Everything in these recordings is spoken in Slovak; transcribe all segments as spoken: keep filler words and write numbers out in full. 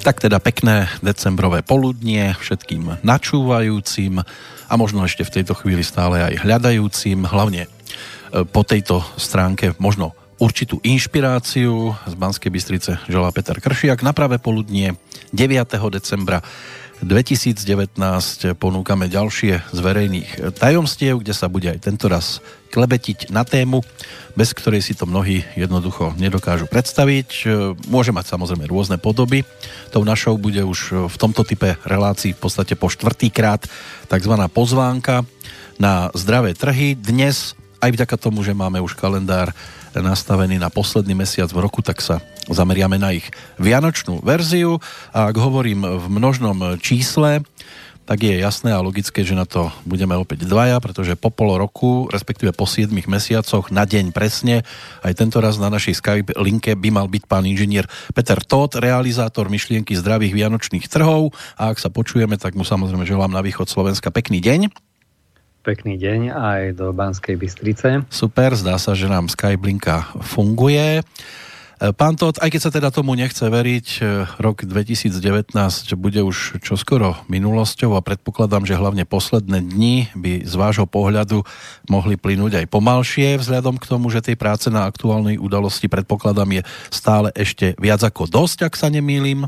Tak teda pekné decembrové poludnie všetkým načúvajúcim a možno ešte v tejto chvíli stále aj hľadajúcim, hlavne po tejto stránke možno určitú inšpiráciu. Z Banskej Bystrice želá Peter Kršiak. Na pravé poludnie deviateho decembra dvetisícdevätnásť ponúkame ďalšie z verejných tajomstiev, kde sa bude aj tento raz klebetiť na tému, bez ktorej si to mnohí jednoducho nedokážu predstaviť. Môže mať samozrejme rôzne podoby. Tou našou bude už v tomto type relácií v podstate po štvrtýkrát takzvaná pozvánka na zdravé trhy. Dnes, aj vďaka tomu, že máme už kalendár nastavený na posledný mesiac v roku, tak sa zameriame na ich vianočnú verziu. A ak hovorím v množnom čísle, tak je jasné a logické, že na to budeme opäť dvaja, pretože po pol roku, respektíve po siedmich mesiacoch, na deň presne, aj tento raz na našej Skype linke by mal byť pán inžinier Peter Tóth, realizátor myšlienky zdravých vianočných trhov. A ak sa počujeme, tak mu samozrejme želám na východ Slovenska pekný deň. Pekný deň aj do Banskej Bystrice. Super, zdá sa, že nám Skype linka funguje. Pán Tóth, aj keď sa teda tomu nechce veriť, rok dvetisícdevätnásť bude už čoskoro minulosťou a predpokladám, že hlavne posledné dni by z vášho pohľadu mohli plynúť aj pomalšie, vzhľadom k tomu, že tej práce na aktuálnej udalosti predpokladám je stále ešte viac ako dosť, ak sa nemýlim.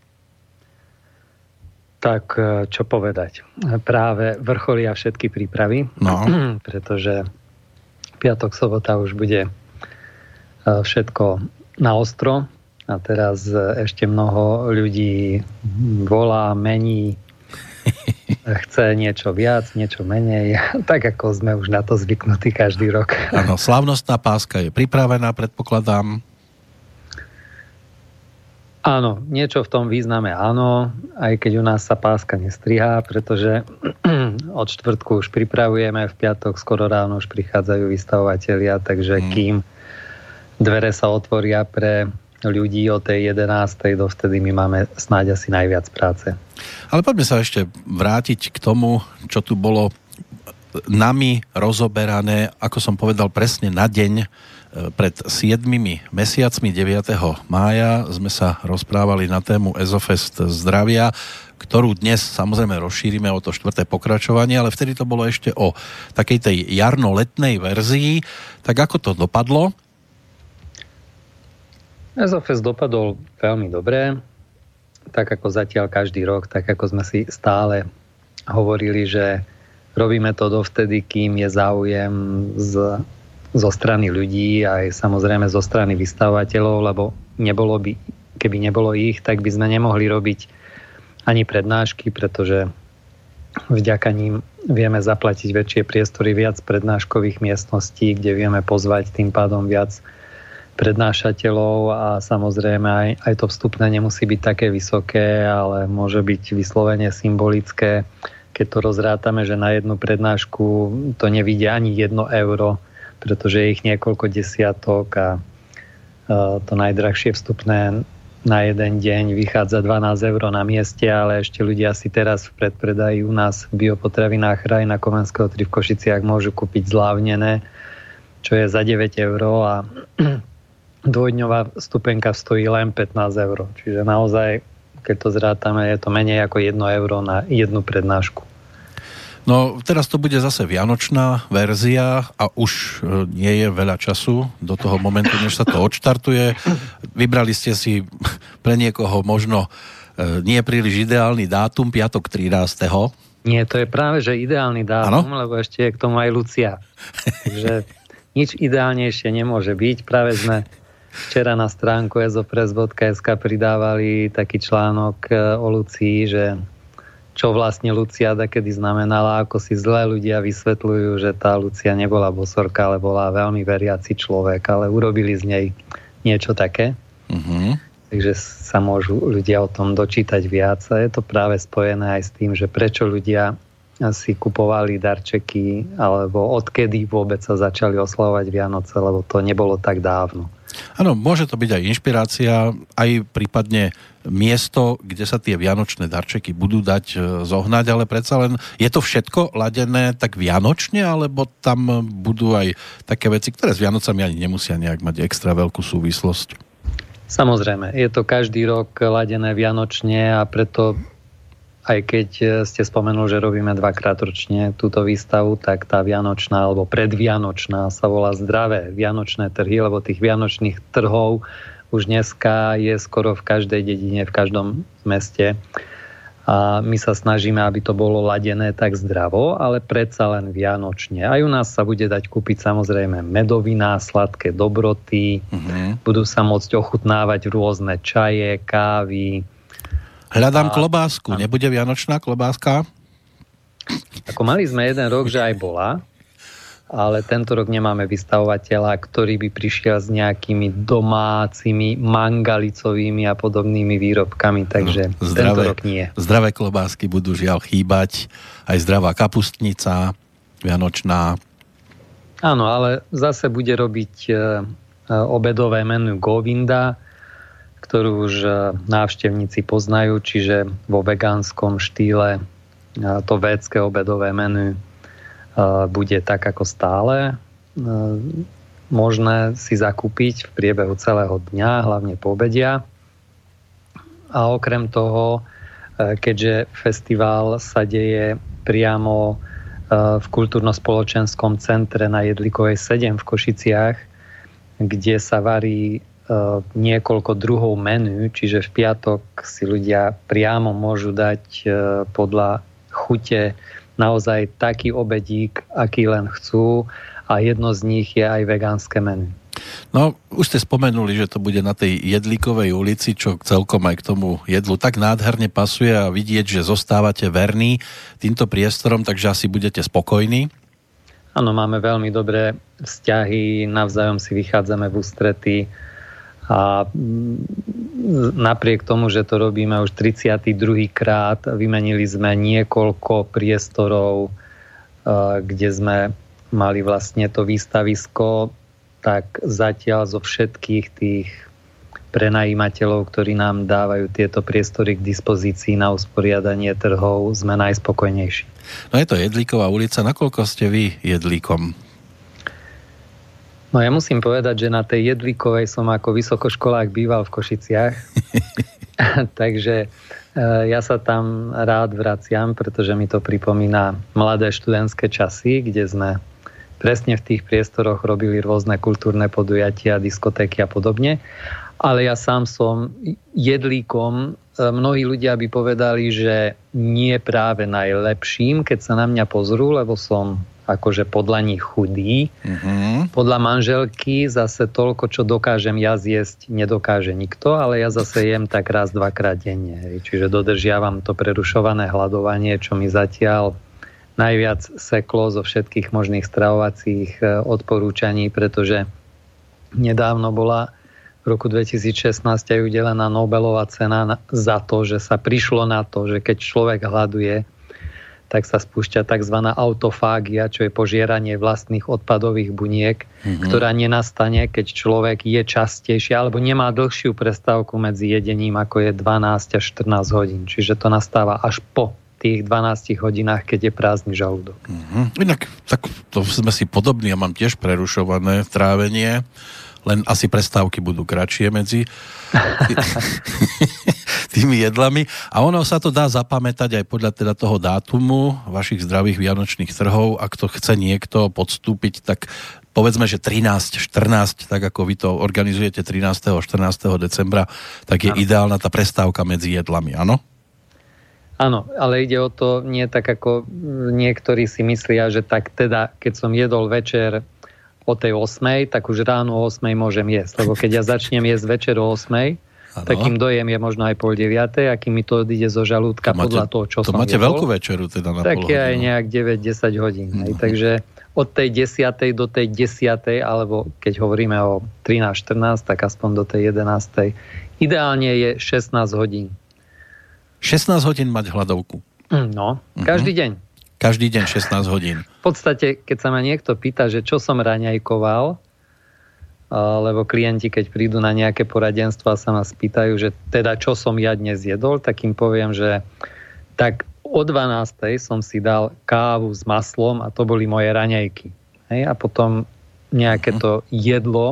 Tak čo povedať? Práve vrcholia všetky prípravy, no. Pretože piatok, sobota už bude všetko na ostro a teraz ešte mnoho ľudí volá, mení, chce niečo viac, niečo menej, tak ako sme už na to zvyknutí každý rok. Áno, slávnostná páska je pripravená, predpokladám. Áno, niečo v tom význame áno, aj keď u nás sa páska nestrihá, pretože od štvrtku už pripravujeme, v piatok skoro ráno už prichádzajú vystavovatelia, takže hmm. kým dvere sa otvoria pre ľudí o tej jedenástej, dovtedy my máme snáď asi najviac práce. Ale poďme sa ešte vrátiť k tomu, čo tu bolo nami rozoberané, ako som povedal, presne na deň pred siedmimi mesiacmi, deviateho mája sme sa rozprávali na tému Ezofest zdravia, ktorú dnes samozrejme rozšírime o to štvrté pokračovanie, ale vtedy to bolo ešte o takej tej jarno-letnej verzii. Tak ako to dopadlo? Ezofest dopadol veľmi dobre, tak ako zatiaľ každý rok, tak ako sme si stále hovorili, že robíme to dovtedy, kým je záujem z, zo strany ľudí, aj samozrejme zo strany vystavovateľov, lebo nebolo by, keby nebolo ich, tak by sme nemohli robiť ani prednášky, pretože vďaka ním vieme zaplatiť väčšie priestory, viac prednáškových miestností, kde vieme pozvať tým pádom viac prednášateľov a samozrejme aj, aj to vstupné nemusí byť také vysoké, ale môže byť vyslovene symbolické. Keď to rozrátame, že na jednu prednášku to nevidie ani jedno euro, pretože je ich niekoľko desiatok a to najdrahšie vstupné na jeden deň vychádza dvanásť eur na mieste, ale ešte ľudia si teraz v predpredaji u nás v biopotravinách Raj na Komenského tri v Košiciach môžu kúpiť zlávnené, čo je za deväť eur a dvojdňová stupenka stojí len pätnásť eur. Čiže naozaj, keď to zrátame, je to menej ako jedno euro na jednu prednášku. No, teraz to bude zase vianočná verzia a už nie je veľa času do toho momentu, než sa to odštartuje. Vybrali ste si pre niekoho možno nie príliš ideálny dátum, piatok trinásteho Nie, to je práve, že ideálny dátum, ano? Lebo ešte je k tomu aj Lucia. Takže nič ideálnejšie nemôže byť. Práve sme včera na stránku ezofres bodka es ká pridávali taký článok o Lucii, že čo vlastne Lucia dakedy znamenala, ako si zlé ľudia vysvetľujú, že tá Lucia nebola bosorka, ale bola veľmi veriaci človek, ale urobili z nej niečo také. Uh-huh. Takže sa môžu ľudia o tom dočítať viac a je to práve spojené aj s tým, že prečo ľudia si kupovali darčeky alebo odkedy vôbec sa začali oslavovať Vianoce, lebo to nebolo tak dávno. Áno, môže to byť aj inšpirácia, aj prípadne miesto, kde sa tie vianočné darčeky budú dať zohnať, ale predsa len je to všetko ladené tak vianočne, alebo tam budú aj také veci, ktoré s Vianocami ani nemusia nejak mať extra veľkú súvislosť? Samozrejme, je to každý rok ladené vianočne a preto aj keď ste spomenuli, že robíme dvakrát ročne túto výstavu, tak tá vianočná alebo predvianočná sa volá Zdravé vianočné trhy, lebo tých vianočných trhov už dneska je skoro v každej dedine, v každom meste. A my sa snažíme, aby to bolo ladené tak zdravo, ale predsa len vianočne. Aj u nás sa bude dať kúpiť samozrejme medovina, sladké dobroty, mm-hmm. budú sa môcť ochutnávať rôzne čaje, kávy. Hľadám a, klobásku. A... Nebude vianočná klobáska? Ako mali sme jeden rok, že aj bola, ale tento rok nemáme vystavovateľa, ktorý by prišiel s nejakými domácimi mangalicovými a podobnými výrobkami, takže no, zdravé, tento rok nie. Zdravé klobásky budú žiaľ chýbať, aj zdravá kapustnica vianočná. Áno, ale zase bude robiť obedové menu Govinda, ktorú už návštevníci poznajú, čiže vo vegánskom štýle to védske obedové menu bude tak ako stále možné si zakúpiť v priebehu celého dňa, hlavne po obedia. A okrem toho, keďže festival sa deje priamo v kultúrno-spoločenskom centre na Jedlikovej sedem v Košiciach, kde sa varí niekoľko druhov menu, čiže v piatok si ľudia priamo môžu dať podľa chute naozaj taký obedík, aký len chcú, a jedno z nich je aj vegánske menu. No, už ste spomenuli, že to bude na tej Jedlikovej ulici, čo celkom aj k tomu jedlu tak nádherne pasuje a vidieť, že zostávate verní týmto priestorom, takže asi budete spokojní. Áno, máme veľmi dobré vzťahy, navzájom si vychádzame v ústrety. A napriek tomu, že to robíme už tridsiaty druhý krát, vymenili sme niekoľko priestorov, kde sme mali vlastne to výstavisko, tak zatiaľ zo všetkých tých prenajímateľov, ktorí nám dávajú tieto priestory k dispozícii na usporiadanie trhov, sme najspokojnejší. No je to Jedlíková ulica. Nakoľko ste vy jedlíkom? No ja musím povedať, že na tej Jedlikovej som ako vysokoškolák býval v Košiciach. Takže ja sa tam rád vraciam, pretože mi to pripomína mladé študentské časy, kde sme presne v tých priestoroch robili rôzne kultúrne podujatia, diskotéky a podobne. Ale ja sám som jedlíkom. Mnohí ľudia by povedali, že nie práve najlepším, keď sa na mňa pozrú, lebo som akože podľa nich chudý. Mm-hmm. Podľa manželky zase toľko, čo dokážem ja zjesť, nedokáže nikto, ale ja zase jem tak raz, dvakrát denne. Čiže dodržiavam to prerušované hladovanie, čo mi zatiaľ najviac seklo zo všetkých možných stravovacích odporúčaní, pretože nedávno bola v roku dvetisícšestnásť aj udelená Nobelová cena za to, že sa prišlo na to, že keď človek hladuje, tak sa spúšťa tzv. Autofágia, čo je požieranie vlastných odpadových buniek, mm-hmm. ktorá nenastane, keď človek je častejšie alebo nemá dlhšiu prestávku medzi jedením, ako je dvanásť až štrnásť hodín. Čiže to nastáva až po tých dvanástich hodinách, keď je prázdny žalúdok. Mm-hmm. Inak, tak to sme si podobní, ja mám tiež prerušované trávenie, len asi prestávky budú kratšie medzi tými jedlami. A ono sa to dá zapamätať aj podľa teda toho dátumu vašich zdravých vianočných trhov. Ak to chce niekto podstúpiť, tak povedzme, že trinásť štrnásť, tak ako vy to organizujete trinásteho štrnásteho decembra, tak je ano. Ideálna tá prestávka medzi jedlami, áno? Áno, ale ide o to nie tak, ako niektorí si myslia, že tak teda, keď som jedol večer o tej osmej, tak už ráno o osmej môžem jesť. Lebo keď ja začnem jesť večer o osmej, tak kým dojem je možno aj pol deviatej, a kým mi to odíde zo žalúdka to podľa máte, toho, čo to som máte jedol, veľkú večeru teda na tak je aj nejak deväť desať hodín. Mm-hmm. Takže od tej desiatej do tej desiatej, alebo keď hovoríme o trinásť štrnásť, tak aspoň do tej jedenástej. Ideálne je šestnásť hodín. šestnásť hodín mať hladovku? No, každý mm-hmm. deň. Každý deň šestnásť hodín. V podstate, keď sa ma niekto pýta, že čo som raňajkoval, lebo klienti, keď prídu na nejaké poradenstvo a sa ma spýtajú, že teda čo som ja dnes jedol, tak im poviem, že tak o dvanástej som si dal kávu s maslom a to boli moje raňajky. Hej? A potom nejaké to jedlo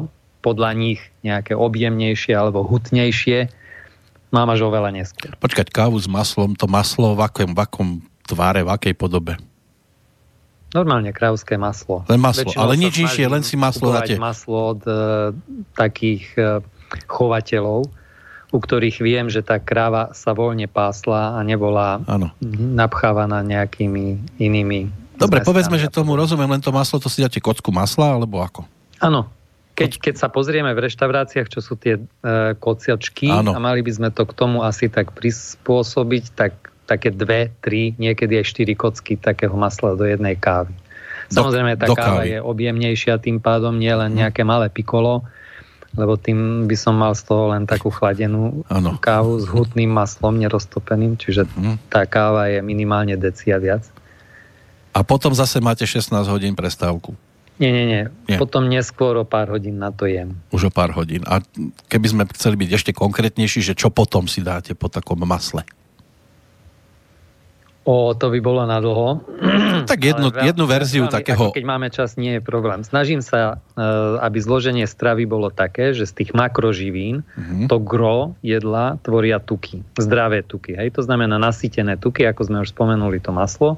podľa nich nejaké objemnejšie alebo hutnejšie, mám až oveľa neskôr. Počkať, kávu s maslom, to maslo v akom, v akom tváre, v akej podobe? Normálne kráľovské maslo. Len maslo, väčšinou ale nič inšie, len si maslo dáte. Maslo od e, takých e, chovateľov, u ktorých viem, že tá kráva sa voľne pásla a nebola ano. napchávaná nejakými inými... Dobre, povedzme, že tomu rozumiem, len to maslo, to si dáte kocku masla, alebo ako? Áno. Keď, keď sa pozrieme v reštauráciách, čo sú tie e, kociačky, ano. a mali by sme to k tomu asi tak prispôsobiť, tak také dve, tri, niekedy aj štyri kocky takého masla do jednej kávy. Samozrejme, tá káva je objemnejšia, tým pádom nie len nejaké malé pikolo, lebo tým by som mal z toho len takú chladenú ano. kávu s hutným maslom neroztopeným, čiže hmm. tá káva je minimálne deci a viac. A potom zase máte šestnásť hodín prestávku. Nie, nie, nie, nie. Potom neskôr o pár hodín na to jem. Už o pár hodín. A keby sme chceli byť ešte konkrétnejší, že čo potom si dáte po takom masle? O, to by bolo na dlho. Tak jednu, veľmi, jednu verziu veľmi, takého... Keď máme čas, nie je problém. Snažím sa, aby zloženie stravy bolo také, že z tých makroživín mm-hmm. to gro jedla tvoria tuky. Zdravé tuky. Hej? To znamená nasýtené tuky, ako sme už spomenuli to maslo.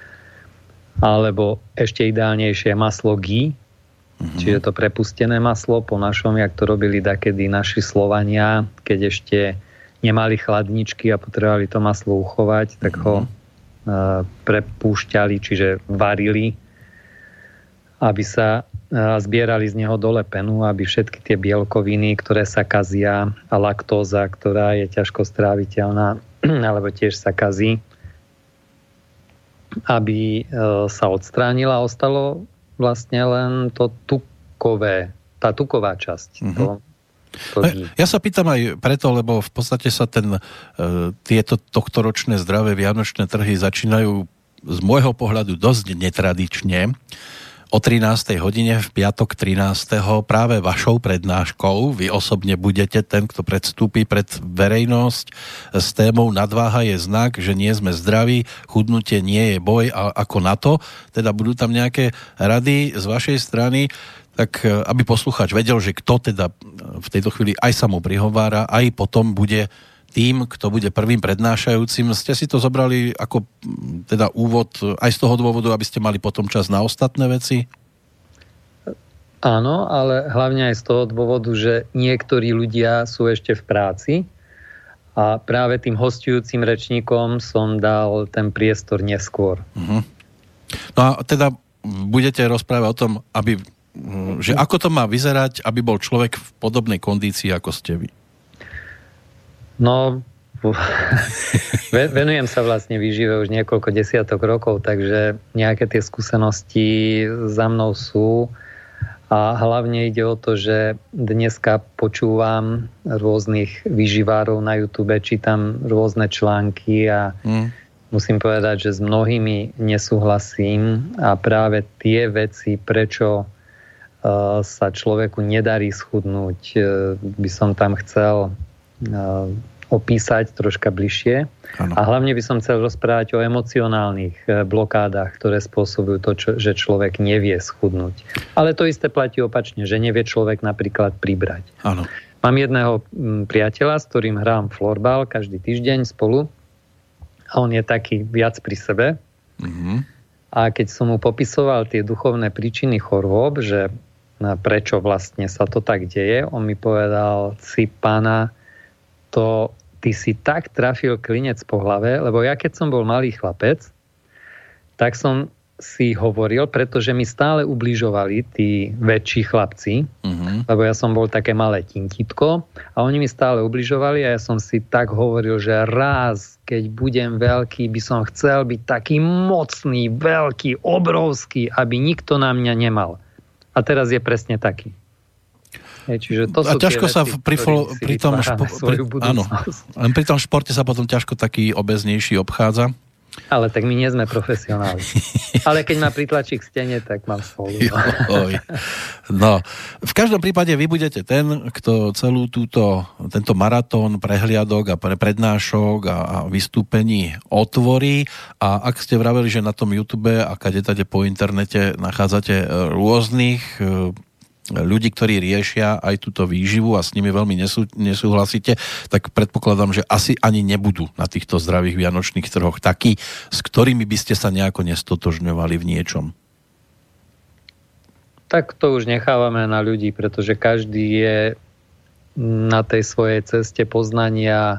Alebo ešte ideálnejšie maslo ghee. Mm-hmm. Čiže to prepustené maslo po našom, jak to robili dakedy naši Slovania, keď ešte nemali chladničky a potrebovali to maslo uchovať, tak ho mm-hmm. prepúšťali, čiže varili, aby sa zbierali z neho dole penu, aby všetky tie bielkoviny, ktoré sa kazia, a laktóza, ktorá je ťažko stráviteľná, alebo tiež sa kazí, aby sa odstránila a ostalo vlastne len to tukové, tá tuková časť. Mm-hmm. To Ja sa pýtam aj preto, lebo v podstate sa ten, e, tieto tohtoročné zdravé vianočné trhy začínajú z môjho pohľadu dosť netradične. O trinástej hodine v piatok trinásteho práve vašou prednáškou. Vy osobne budete ten, kto predstúpi pred verejnosť s témou Nadváha je znak, že nie sme zdraví, chudnutie nie je boj, a ako na to. Teda budú tam nejaké rady z vašej strany, tak aby poslucháč vedel, že kto teda v tejto chvíli aj sa mu prihovára, aj potom bude tým, kto bude prvým prednášajúcim. Ste si to zobrali ako teda úvod aj z toho dôvodu, aby ste mali potom čas na ostatné veci? Áno, ale hlavne aj z toho dôvodu, že niektorí ľudia sú ešte v práci a práve tým hosťujúcim rečníkom som dal ten priestor neskôr. Uh-huh. No a teda budete rozprávať o tom, aby že ako to má vyzerať, aby bol človek v podobnej kondícii, ako ste vy? No, venujem sa vlastne výžive už niekoľko desiatok rokov, takže nejaké tie skúsenosti za mnou sú a hlavne ide o to, že dneska počúvam rôznych výživárov na YouTube, čítam rôzne články a mm. musím povedať, že s mnohými nesúhlasím a práve tie veci, prečo sa človeku nedarí schudnúť, by som tam chcel opísať troška bližšie. Ano. A hlavne by som chcel rozprávať o emocionálnych blokádach, ktoré spôsobujú to, čo, že človek nevie schudnúť. Ale to isté platí opačne, že nevie človek napríklad pribrať. Ano. Mám jedného priateľa, s ktorým hrám florbal každý týždeň spolu a on je taký viac pri sebe. Mhm. A keď som mu popisoval tie duchovné príčiny chorôb, že prečo vlastne sa to tak deje, on mi povedal, si pána, to ty si tak trafil klinec po hlave, lebo ja keď som bol malý chlapec, tak som si hovoril, pretože mi stále ubližovali tí väčší chlapci, uh-huh. lebo ja som bol také malé tinkitko a oni mi stále ubližovali a ja som si tak hovoril, že raz, keď budem veľký, by som chcel byť taký mocný, veľký, obrovský, aby nikto na mňa nemal. A teraz je presne taký. Je, čiže to a sú ťažko sa pri, pri, tom špo, pri, áno, pri tom športe sa potom ťažko taký obeznejší obchádza. Ale tak my nie sme profesionáli. Ale keď ma pritlačí k stene, tak mám spolu. No. no, v každom prípade vy budete ten, kto celú túto, tento maratón prehliadok a prednášok a, a vystúpení otvorí. A ak ste vraveli, že na tom YouTube a kade tade po internete nachádzate rôznych ľudí, ktorí riešia aj túto výživu a s nimi veľmi nesú, nesúhlasíte, tak predpokladám, že asi ani nebudú na týchto zdravých vianočných trhoch takí, s ktorými by ste sa nejako nestotožňovali v niečom. Tak to už nechávame na ľudí, pretože každý je na tej svojej ceste poznania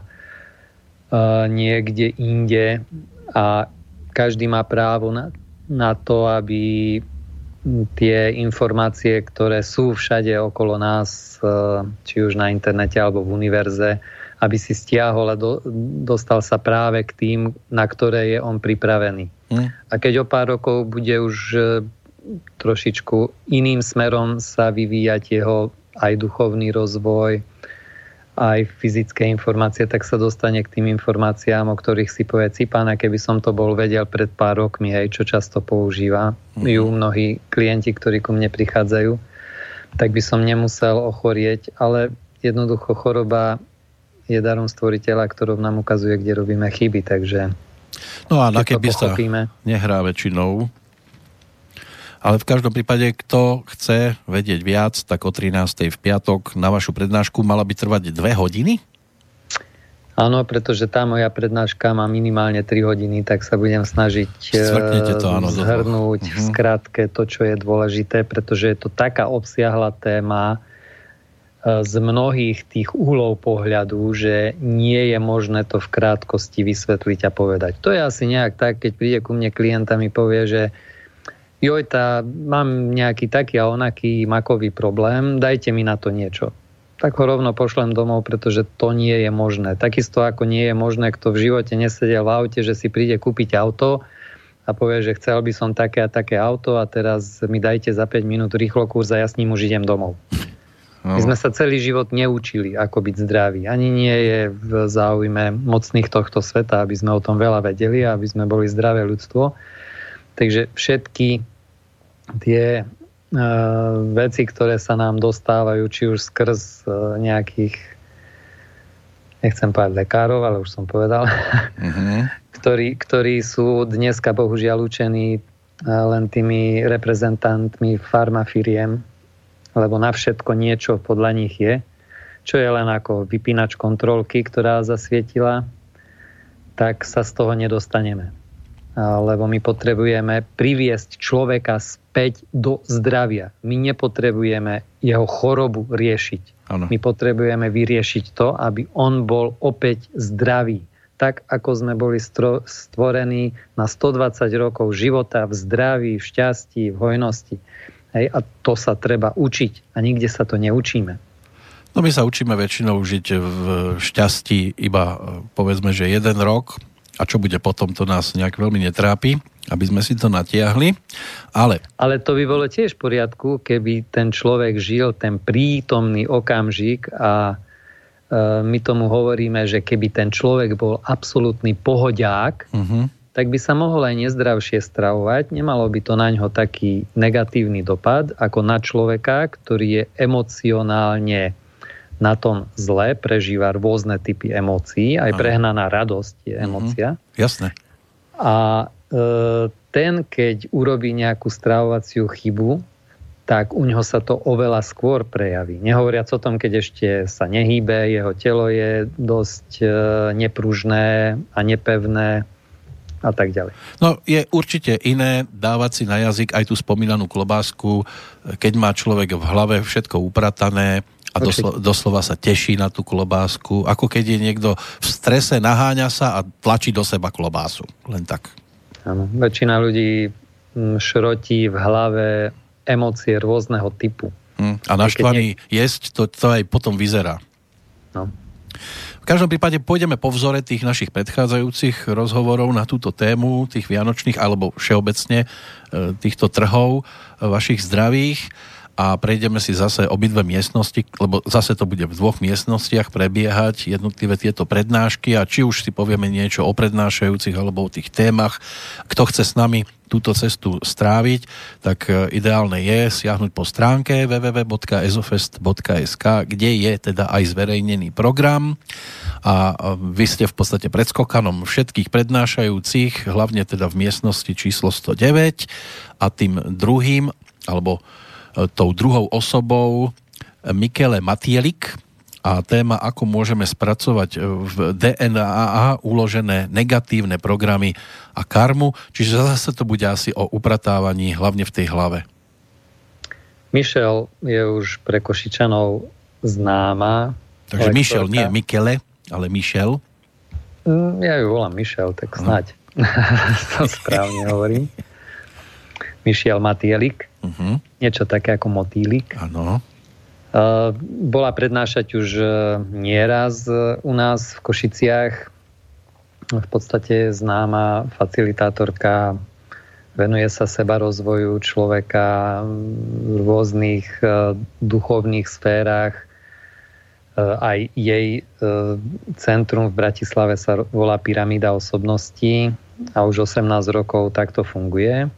uh, niekde inde a každý má právo na, na to, aby tie informácie, ktoré sú všade okolo nás, či už na internete alebo v univerze, aby si stiahol a do, dostal sa práve k tým, na ktoré je on pripravený. Hmm. A keď o pár rokov bude už trošičku iným smerom sa vyvíjať jeho aj duchovný rozvoj, aj fyzické informácie, tak sa dostane k tým informáciám, o ktorých si povie Cipána, keby som to bol vedel pred pár rokmi, hej, čo často používa mm. ju mnohí klienti, ktorí ku mne prichádzajú, tak by som nemusel ochorieť, ale jednoducho choroba je darom stvoriteľa, ktorou nám ukazuje, kde robíme chyby, takže no a na keby sa nehrá väčšinou. Ale v každom prípade, kto chce vedieť viac, tak o trinástej v piatok na vašu prednášku mala by trvať dve hodiny? Áno, pretože tá moja prednáška má minimálne tri hodiny, tak sa budem snažiť to, áno, zhrnúť v skratke to, čo je dôležité, pretože je to taká obsiahla téma z mnohých tých uhlov pohľadu, že nie je možné to v krátkosti vysvetliť a povedať. To je asi nejak tak, keď príde ku mne klient a mi povie, že joj, tá, mám nejaký taký a onaký makový problém, dajte mi na to niečo. Tak ho rovno pošlem domov, pretože to nie je možné. Takisto ako nie je možné, kto v živote nesedel v aute, že si príde kúpiť auto a povie, že chcel by som také a také auto a teraz mi dajte za päť minút rýchlo kurz a ja s ním už idem domov. No. My sme sa celý život neučili, ako byť zdraví. Ani nie je v záujme mocných tohto sveta, aby sme o tom veľa vedeli a aby sme boli zdravé ľudstvo. Takže všetky tie uh, veci, ktoré sa nám dostávajú, či už skrz uh, nejakých, nechcem povedať lekárov, ale už som povedal, mm-hmm. ktorí, ktorí sú dneska bohužiaľ učení uh, len tými reprezentantmi farmafiriem, lebo na všetko niečo podľa nich je, čo je len ako vypínač kontrolky, ktorá zasvietila, tak sa z toho nedostaneme. Lebo my potrebujeme priviesť človeka späť do zdravia. My nepotrebujeme jeho chorobu riešiť. Ano. My potrebujeme vyriešiť to, aby on bol opäť zdravý. Tak, ako sme boli stro- stvorení na stodvadsať rokov života v zdraví, v šťastí, v hojnosti. Hej, a to sa treba učiť. A nikde sa to neučíme. No my sa učíme väčšinou žiť v šťastí iba, povedzme, že jeden rok. A čo bude potom, to nás nejak veľmi netrápi, aby sme si to natiahli. Ale... Ale to by bolo tiež v poriadku, keby ten človek žil ten prítomný okamžik a e, my tomu hovoríme, že keby ten človek bol absolútny pohodiák, uh-huh. tak by sa mohol aj nezdravšie stravovať. Nemalo by to na ňo taký negatívny dopad, ako na človeka, ktorý je emocionálne na tom zle, prežíva rôzne typy emócií, aj prehnaná radosť je emócia. Mm-hmm. Jasné. A e, ten, keď urobí nejakú stravovaciu chybu, tak u ňoho sa to oveľa skôr prejaví. Nehovoriac o tom, keď ešte sa nehýbe, jeho telo je dosť e, nepružné a nepevné a tak ďalej. No je určite iné dávať si na jazyk aj tú spomínanú klobásku, keď má človek v hlave všetko upratané, a doslo, doslova sa teší na tú klobásku, ako keď je niekto v strese, naháňa sa a tlačí do seba klobásu. Len tak. Áno, väčšina ľudí šrotí v hlave emócie rôzneho typu. Hm, a naštvaný nie... jesť, to, to aj potom vyzerá. No. V každom prípade pôjdeme po vzore tých našich predchádzajúcich rozhovorov na túto tému, tých vianočných, alebo všeobecne týchto trhov vašich zdravých. A prejdeme si zase obidve miestnosti, lebo zase to bude v dvoch miestnostiach prebiehať jednotlivé tieto prednášky a či už si povieme niečo o prednášajúcich alebo o tých témach. Kto chce s nami túto cestu stráviť, tak ideálne je siahnuť po stránke w w w bodka ezofest bodka es ka, kde je teda aj zverejnený program a vy ste v podstate pred skokanom všetkých prednášajúcich, hlavne teda v miestnosti číslo sto deväť a tým druhým, alebo tou druhou osobou Michele Matielik a téma, ako môžeme spracovať v dé en á uložené negatívne programy a karmu, čiže zase to bude asi o upratávaní, hlavne v tej hlave. Michelle je už pre Košičanov známa. Takže Michelle, nie Michele, ale Michelle. Ja ju volám Michelle, tak snáď to správne hovorím. Michelle Matielik. Uh-huh. Niečo také ako motýlik. Áno. Uh, bola prednášať už nieraz u nás v Košiciach. V podstate známa facilitátorka, venuje sa sebarozvoju človeka v rôznych uh, duchovných sférach. Aj jej centrum v Bratislave sa volá Pyramída osobností a už osemnásť rokov takto funguje.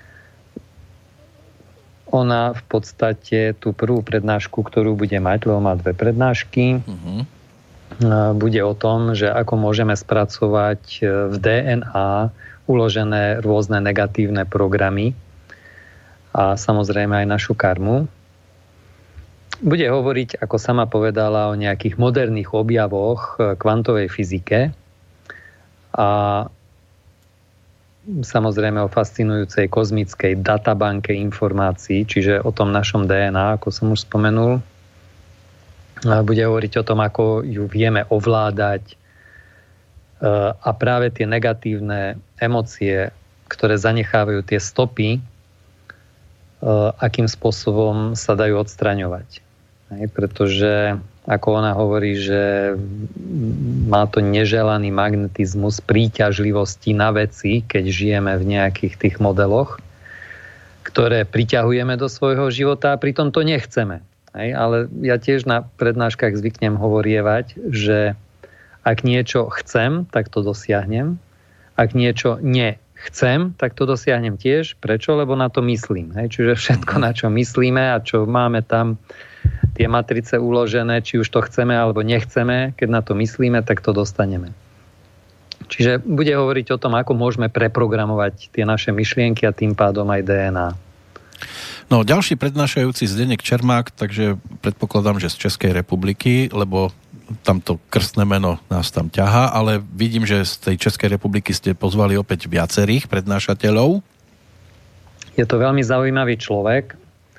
Ona v podstate tú prvú prednášku, ktorú bude mať, lebo má dve prednášky, uh-huh. bude o tom, že ako môžeme spracovať v dé en á uložené rôzne negatívne programy a samozrejme aj našu karmu. Bude hovoriť, ako sama povedala, o nejakých moderných objavoch kvantovej fyzike a samozrejme o fascinujúcej kozmickej databanke informácií, čiže o tom našom dé en á, ako som už spomenul. Bude hovoriť o tom, ako ju vieme ovládať a práve tie negatívne emócie, ktoré zanechávajú tie stopy, akým spôsobom sa dajú odstraňovať. Pretože, ako ona hovorí, že má to neželaný magnetizmus príťažlivosti na veci, keď žijeme v nejakých tých modeloch, ktoré priťahujeme do svojho života a pritom to nechceme. Ale ja tiež na prednáškach zvyknem hovorievať, že ak niečo chcem, tak to dosiahnem. Ak niečo nechcem, tak to dosiahnem tiež. Prečo? Lebo na to myslím. Čiže všetko, na čo myslíme a čo máme tam tie matrice uložené, či už to chceme alebo nechceme, keď na to myslíme, tak to dostaneme. Čiže bude hovoriť o tom, ako môžeme preprogramovať tie naše myšlienky a tým pádom aj dé en á. No, ďalší prednášajúci Zdeněk Čermák, takže predpokladám, že z Českej republiky, lebo tamto krstné meno nás tam ťahá, ale vidím, že z tej Českej republiky ste pozvali opäť viacerých prednášateľov. Je to veľmi zaujímavý človek,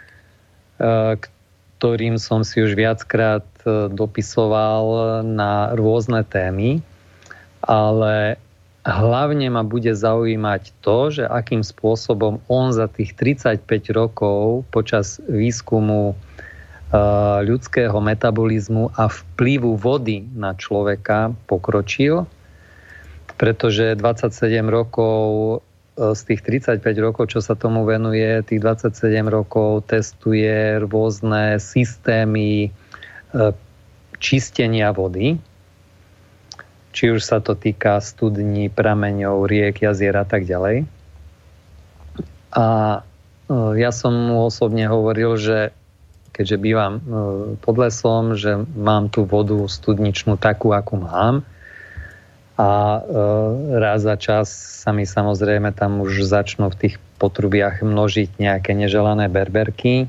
ktorým som si už viackrát dopisoval na rôzne témy, ale hlavne ma bude zaujímať to, že akým spôsobom on za tých tridsaťpäť rokov počas výskumu ľudského metabolizmu a vplyvu vody na človeka pokročil, pretože dvadsaťsedem rokov z tých tridsaťpäť rokov, čo sa tomu venuje, tých dvadsaťsedem rokov testuje rôzne systémy čistenia vody. Či už sa to týka studní, prameňov, riek, jazier a tak ďalej. A ja som mu osobne hovoril, že keďže bývam pod lesom, že mám tú vodu studničnú takú, akú mám, a raz za čas sa mi samozrejme tam už začnú v tých potrubiach množiť nejaké neželané berberky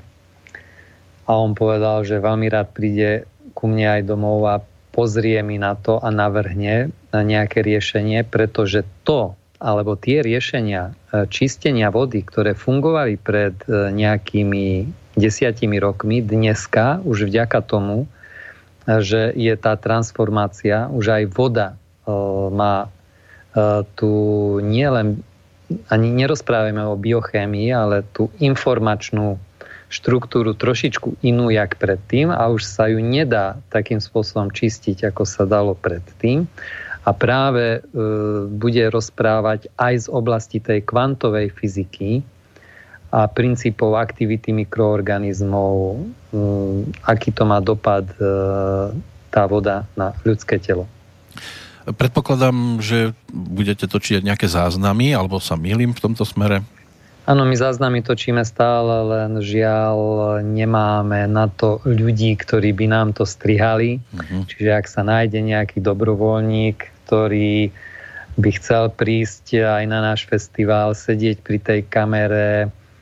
a on povedal, že veľmi rád príde ku mne aj domov a pozrie mi na to a navrhne nejaké riešenie, pretože to, alebo tie riešenia čistenia vody, ktoré fungovali pred nejakými desiatimi rokmi, dneska už vďaka tomu, že je tá transformácia, už aj voda má tu nielen, ani nerozprávame o biochémii, ale tú informačnú štruktúru trošičku inú jak predtým a už sa ju nedá takým spôsobom čistiť, ako sa dalo predtým. A práve e, bude rozprávať aj z oblasti tej kvantovej fyziky a princípov aktivity mikroorganizmov, e, aký to má dopad e, tá voda na ľudské telo. Predpokladám, že budete točiť nejaké záznamy, alebo sa mýlim v tomto smere? Áno, my záznamy točíme stále, len žiaľ nemáme na to ľudí, ktorí by nám to strihali. Uh-huh. Čiže ak sa nájde nejaký dobrovoľník, ktorý by chcel prísť aj na náš festival, sedieť pri tej kamere,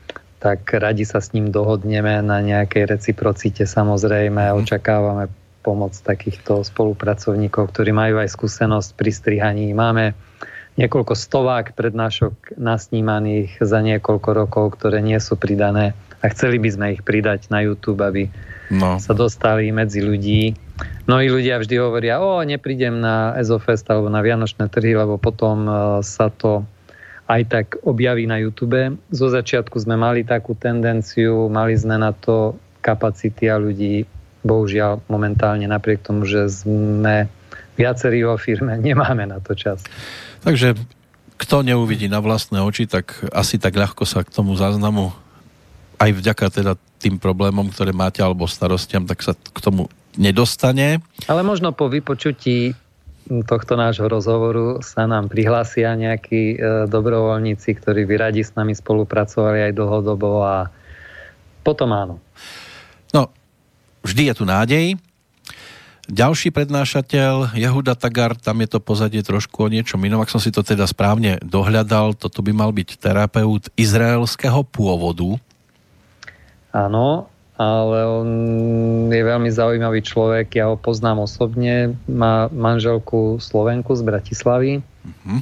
tak radi sa s ním dohodneme na nejakej reciprocite. Samozrejme, mm. očakávame pomoc takýchto spolupracovníkov, ktorí majú aj skúsenosť pri strihaní. Máme niekoľko stovák prednášok nasnímaných za niekoľko rokov, ktoré nie sú pridané a chceli by sme ich pridať na YouTube, aby no. sa dostali medzi ľudí. Mnohí ľudia vždy hovoria, o, neprídem na Ezofest alebo na Vianočné trhy, lebo potom sa to aj tak objaví na YouTube. Zo začiatku sme mali takú tendenciu, mali sme na to kapacity a ľudí. Bohužiaľ, momentálne napriek tomu, že sme viacerí vo firme, nemáme na to čas. Takže kto neuvidí na vlastné oči, tak asi tak ľahko sa k tomu záznamu aj vďaka teda tým problémom, ktoré máte, alebo starostiam, tak sa k tomu nedostane. Ale možno po vypočutí tohto nášho rozhovoru sa nám prihlásia nejakí e, dobrovoľníci, ktorí by radi s nami spolupracovali aj dlhodobo a potom áno. No, vždy je tu nádej. Ďalší prednášateľ, Jehuda Tagar, tam je to pozadie trošku o niečom inom. Ak som si to teda správne dohľadal, toto by mal byť terapeut izraelského pôvodu. Áno, ale on je veľmi zaujímavý človek. Ja ho poznám osobne. Má manželku Slovenku z Bratislavy. Uh-huh.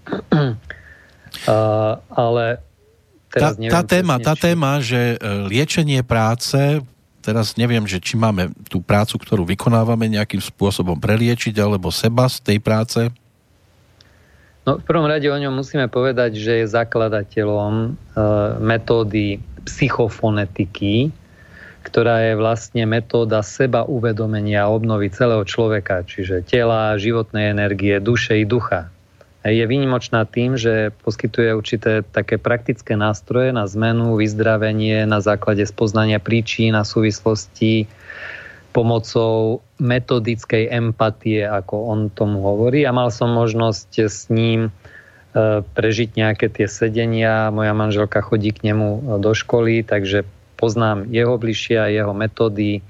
uh, ale teraz tá, neviem... Tá téma, presne, tá či... téma, že liečenie práce... Teraz neviem, že či máme tú prácu, ktorú vykonávame, nejakým spôsobom preliečiť, alebo seba z tej práce? No, v prvom rade o ňom musíme povedať, že je zakladateľom e, metódy psychofonetiky, ktorá je vlastne metóda seba uvedomenia a obnovy celého človeka, čiže tela, životnej energie, duše i ducha. Je výnimočná tým, že poskytuje určité také praktické nástroje na zmenu, vyzdravenie na základe spoznania príčin a súvislostí pomocou metodickej empatie, ako on tomu hovorí. A mal som možnosť s ním prežiť nejaké tie sedenia. Moja manželka chodí k nemu do školy, takže poznám jeho bližšie a jeho metódy.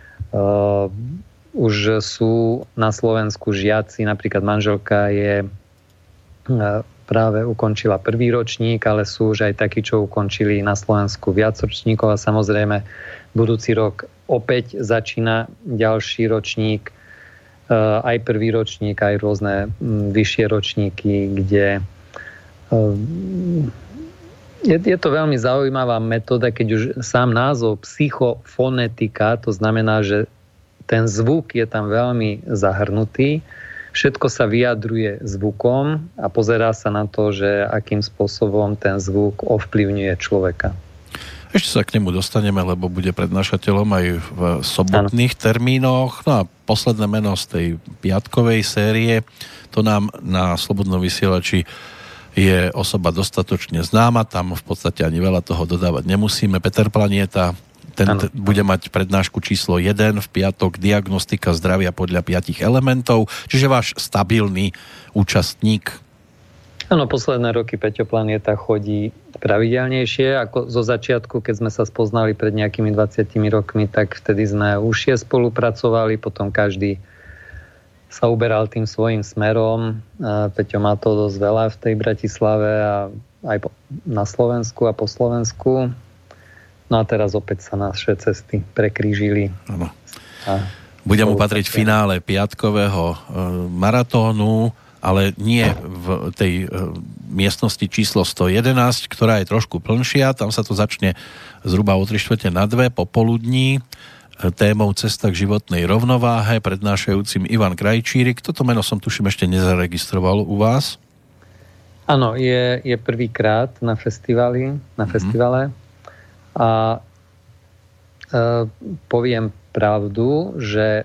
Už sú na Slovensku žiaci, napríklad manželka je práve ukončila prvý ročník, ale sú už aj takí, čo ukončili na Slovensku viac ročníkov a samozrejme budúci rok opäť začína ďalší ročník, aj prvý ročník, aj rôzne vyššie ročníky, kde je, je to veľmi zaujímavá metóda, keď už sám názov psychofonetika, to znamená, že ten zvuk je tam veľmi zahrnutý. Všetko sa vyjadruje zvukom a pozerá sa na to, že akým spôsobom ten zvuk ovplyvňuje človeka. Ešte sa k nemu dostaneme, lebo bude prednášateľom aj v sobotných ano. termínoch. No a posledné meno z tej piatkovej série, to nám na Slobodnom vysielači je osoba dostatočne známa, tam v podstate ani veľa toho dodávať nemusíme. Peter Planieta, ten t- bude mať prednášku číslo jeden v piatok, diagnostika zdravia podľa piatich elementov, čiže váš stabilný účastník. Áno, posledné roky Peťo Planieta chodí pravidelnejšie, ako zo začiatku, keď sme sa spoznali pred nejakými dvadsiatimi rokmi, tak vtedy sme užšie spolupracovali, potom každý sa uberal tým svojím smerom. Peťo má to dosť veľa v tej Bratislave a aj na Slovensku a po Slovensku. No a teraz opäť sa naše cesty prekrížili. Áno. Bude mu patriť finále piatkového e, maratónu, ale nie v tej e, miestnosti číslo sto jedenásť, ktorá je trošku plnšia. Tam sa to začne zhruba o tri štvrte na dve popoludní. E, témou Cesta k životnej rovnováhe, prednášajúcim Ivan Krajčírik. Toto meno som tuším ešte nezaregistroval u vás. Áno, je, je prvýkrát na festivali, na mm. festivale. A e, poviem pravdu, že e,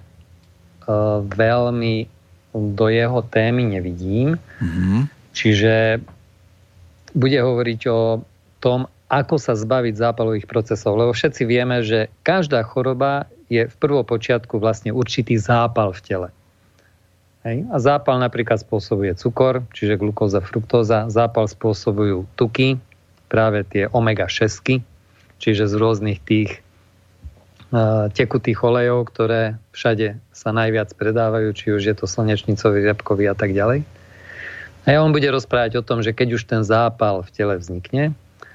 veľmi do jeho témy nevidím. Mm-hmm. Čiže bude hovoriť o tom, ako sa zbaviť zápalových procesov. Lebo všetci vieme, že každá choroba je v prvopočiatku vlastne určitý zápal v tele. Hej? A zápal napríklad spôsobuje cukor, čiže glukóza, fruktóza. Zápal spôsobujú tuky, práve tie omega šesť, čiže z rôznych tých uh, tekutých olejov, ktoré všade sa najviac predávajú, či už je to slnečnicový, riabkový a tak ďalej. A ja on bude rozprávať o tom, že keď už ten zápal v tele vznikne,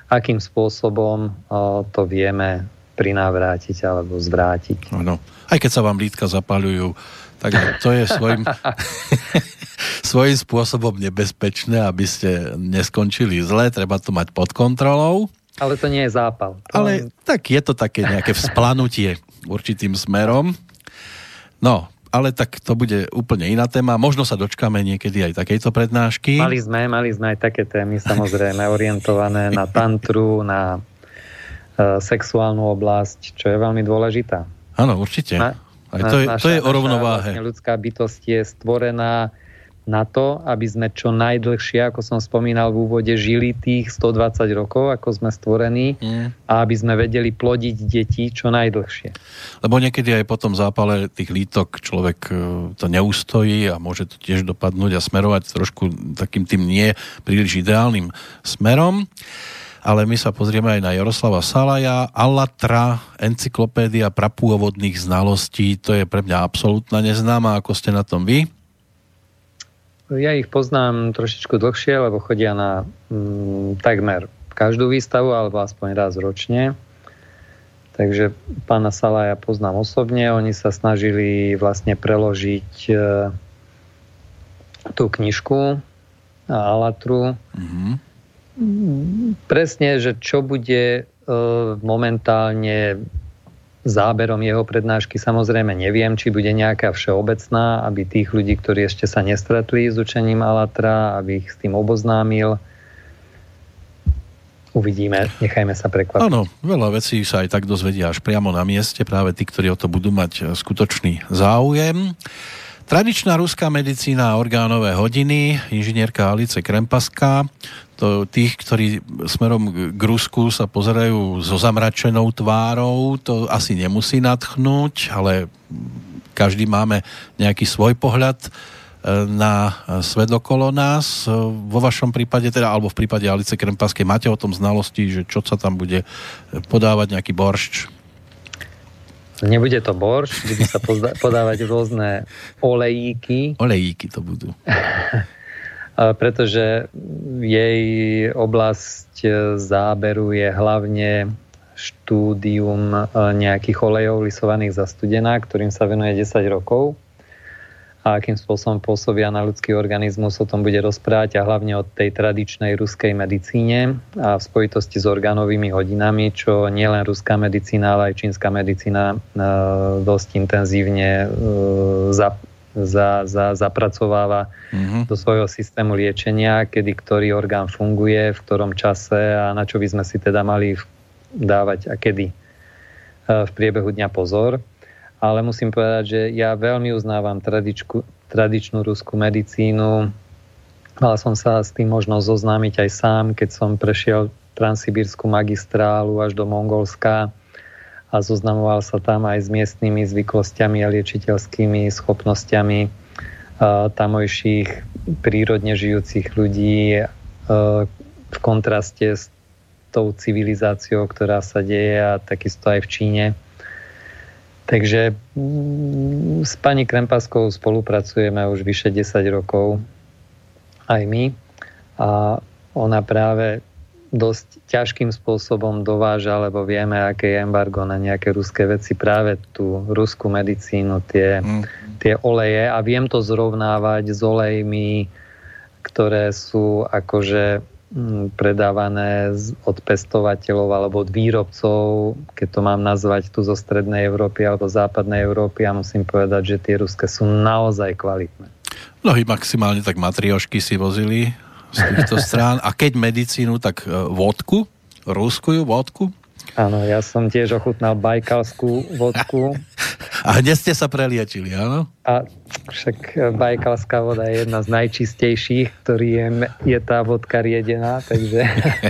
akým spôsobom to vieme prinavrátiť alebo zvrátiť. Áno. Aj keď sa vám lítka zapaľujú, tak to je svojím, svojím spôsobom nebezpečné, aby ste neskončili zle, treba to mať pod kontrolou. Ale to nie je zápal. To Ale len... tak je to také nejaké vzplanutie určitým smerom. No, ale tak to bude úplne iná téma. Možno sa dočkáme niekedy aj takejto prednášky. Mali sme, mali sme aj také témy, samozrejme, orientované na tantru, na e, sexuálnu oblasť, čo je veľmi dôležitá. Áno, určite. Na, aj to, na, je, naša, to je o rovnováhe. Vlastne ľudská bytosť je stvorená na to, aby sme čo najdlhšie, ako som spomínal v úvode, žili tých stodvadsať rokov, ako sme stvorení, mm. a aby sme vedeli plodiť deti čo najdlhšie. Lebo niekedy aj po tom zápale tých lítok človek to neustojí a môže to tiež dopadnúť a smerovať trošku takým tým nie príliš ideálnym smerom. Ale my sa pozrieme aj na Jaroslava Salaja, Allatra, encyklopédia prapôvodných znalostí, to je pre mňa absolútna neznáma, ako ste na tom vy? Ja ich poznám trošičku dlhšie, lebo chodia na mm, takmer každú výstavu, alebo aspoň raz ročne. Takže pána Salaja poznám osobne. Oni sa snažili vlastne preložiť e, tú knižku Allatru. Mm-hmm. Presne, že čo bude e, momentálne záberom jeho prednášky, samozrejme neviem, či bude nejaká všeobecná, aby tých ľudí, ktorí ešte sa nestretli s učením Allatra, aby ich s tým oboznámil. Uvidíme, nechajme sa prekvapiť. Áno, veľa vecí sa aj tak dozvedia až priamo na mieste, práve tí, ktorí o to budú mať skutočný záujem. Tradičná ruská medicína a orgánové hodiny, inžinierka Alice Krempaská. To tých, ktorí smerom k Rusku sa pozerajú so zamračenou tvárou, to asi nemusí nadchnúť, ale každý máme nejaký svoj pohľad na svet okolo nás. Vo vašom prípade, teda, alebo v prípade Alice Krempaskej, máte o tom znalosti, že čo sa tam bude podávať, nejaký boršč? Nebude to boršč, budú sa podávať rôzne olejíky. Olejíky to budú. Pretože jej oblasť záberu je hlavne štúdium nejakých olejov lisovaných za studená, ktorým sa venuje desať rokov. A akým spôsobom pôsobia na ľudský organizmus, o tom bude rozprávať, a hlavne o tej tradičnej ruskej medicíne a v spojitosti s orgánovými hodinami, čo nielen ruská medicína, ale aj čínska medicína e, dosť intenzívne e, za, za, za, zapracováva mm-hmm. do svojho systému liečenia, kedy ktorý orgán funguje, v ktorom čase a na čo by sme si teda mali dávať a kedy e, v priebehu dňa pozor. Ale musím povedať, že ja veľmi uznávam tradičku, tradičnú ruskú medicínu. Mal som sa s tým možnosť zoznámiť aj sám, keď som prešiel transsibírskú magistrálu až do Mongolska a zoznamoval sa tam aj s miestnymi zvyklostiami a liečiteľskými schopnosťami uh, tamojších prírodne žijúcich ľudí uh, v kontraste s tou civilizáciou, ktorá sa deje, a takisto aj v Číne. Takže s pani Krempaskou spolupracujeme už vyše desať rokov, aj my. A ona práve dosť ťažkým spôsobom dováža, lebo vieme, aké je embargo na nejaké ruské veci, práve tú ruskú medicínu, tie, mm. tie oleje. A viem to zrovnávať s olejmi, ktoré sú akože predávané od pestovateľov alebo od výrobcov, keď to mám nazvať tu zo strednej Európy alebo západnej Európy, a musím povedať, že tie ruské sú naozaj kvalitné. Mnohí maximálne tak matriošky si vozili z týchto strán. A keď medicínu, tak vodku? Ruskú vodku? Áno, ja som tiež ochutnal bajkalskú vodku. A hneď ste sa preliečili, áno? A však bajkalská voda je jedna z najčistejších, ktorý je, je tá vodka riedená, takže...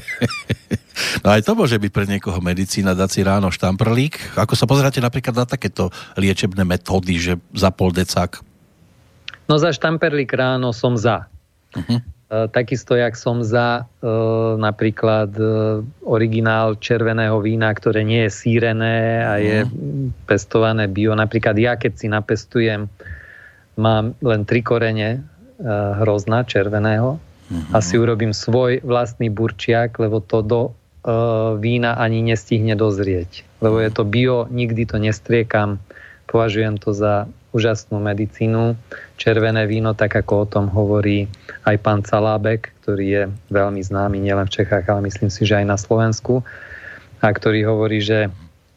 No aj to môže byť pre niekoho medicína, dať si ráno štamprlík. Ako sa pozeráte napríklad na takéto liečebné metódy, že za pol decák? No za štamperlík ráno som za. Uh-huh. Takisto, jak som za e, napríklad e, originál červeného vína, ktoré nie je sírené a je mm. pestované bio. Napríklad ja, keď si napestujem, mám len tri korene e, hrozna červeného mm-hmm. a si urobím svoj vlastný burčiak, lebo to do vína ani nestihne dozrieť. Lebo je to bio, nikdy to nestriekam. Považujem to za úžasnú medicínu. Červené víno, tak ako o tom hovorí aj pán Calábek, ktorý je veľmi známy nielen v Čechách, ale myslím si, že aj na Slovensku. A ktorý hovorí, že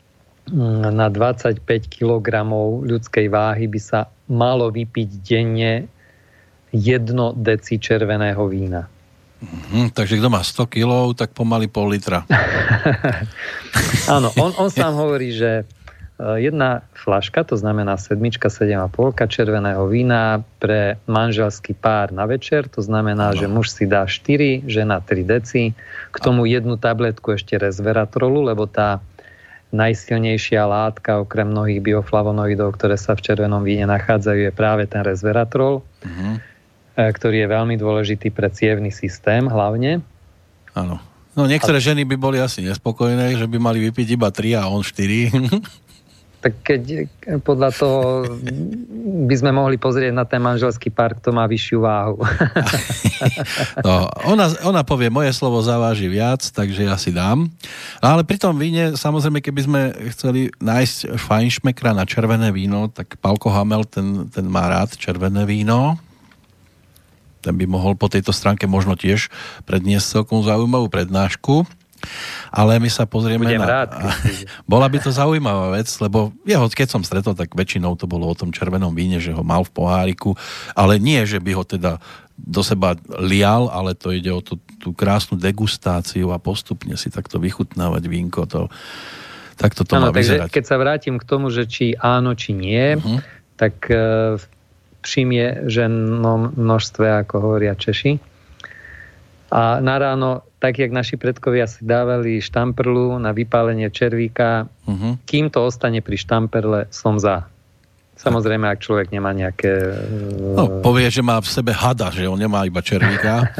na dvadsaťpäť kilogramov ľudskej váhy by sa malo vypiť denne jedno deci červeného vína. Mm, takže kto má sto kilogramov, tak pomaly pol litra. Áno, on, on sám hovorí, že jedna fľaška, to znamená sedmička, sedem a polka červeného vína pre manželský pár na večer, to znamená, no. že muž si dá štyri, žena tri deci, k tomu jednu tabletku ešte resveratrolu, lebo tá najsilnejšia látka, okrem mnohých bioflavonoidov, ktoré sa v červenom víne nachádzajú, je práve ten resveratrol, mm-hmm. ktorý je veľmi dôležitý pre cievny systém hlavne. Áno. No niektoré a... ženy by boli asi nespokojné, že by mali vypiť iba tri a on štyri. Tak keď podľa toho by sme mohli pozrieť na ten manželský pár, kto má vyššiu váhu. No, ona, ona povie, moje slovo zaváži viac, takže ja si dám. No, ale pri tom víne, samozrejme, keby sme chceli nájsť fajnšmekra na červené víno, tak Pálko Hamel, ten, ten má rád červené víno. Ten by mohol po tejto stránke možno tiež predniesť celkom zaujímavú prednášku. Ale my sa pozrieme Budem na... rád, bola by to zaujímavá vec, lebo jeho, keď som stretol, tak väčšinou to bolo o tom červenom víne, že ho mal v poháriku, ale nie, že by ho teda do seba lial, ale to ide o tú, tú krásnu degustáciu a postupne si takto vychutnávať vínko. To, takto to ano, má vyzerať. Keď sa vrátim k tomu, že či áno, či nie, uh-huh. tak uh, všimje, že no, množstve, ako hovoria Češi. A na ráno, tak jak naši predkovia si dávali štamprlu na vypálenie červíka, uh-huh. kým to ostane pri štamperle, som za. Samozrejme, ak človek nemá nejaké... No, povie, že má v sebe hada, že on nemá iba červíka.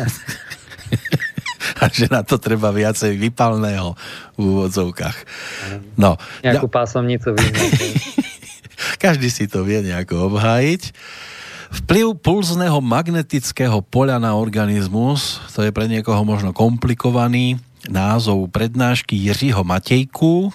A že na to treba viacej vypálneho v úvodzovkách. No. Nejakú ja... pásomnicu vyhnať. Každý si to vie nejako obhájiť. Vplyv pulzného magnetického poľa na organizmus, to je pre niekoho možno komplikovaný názov prednášky Jiřího Matejku.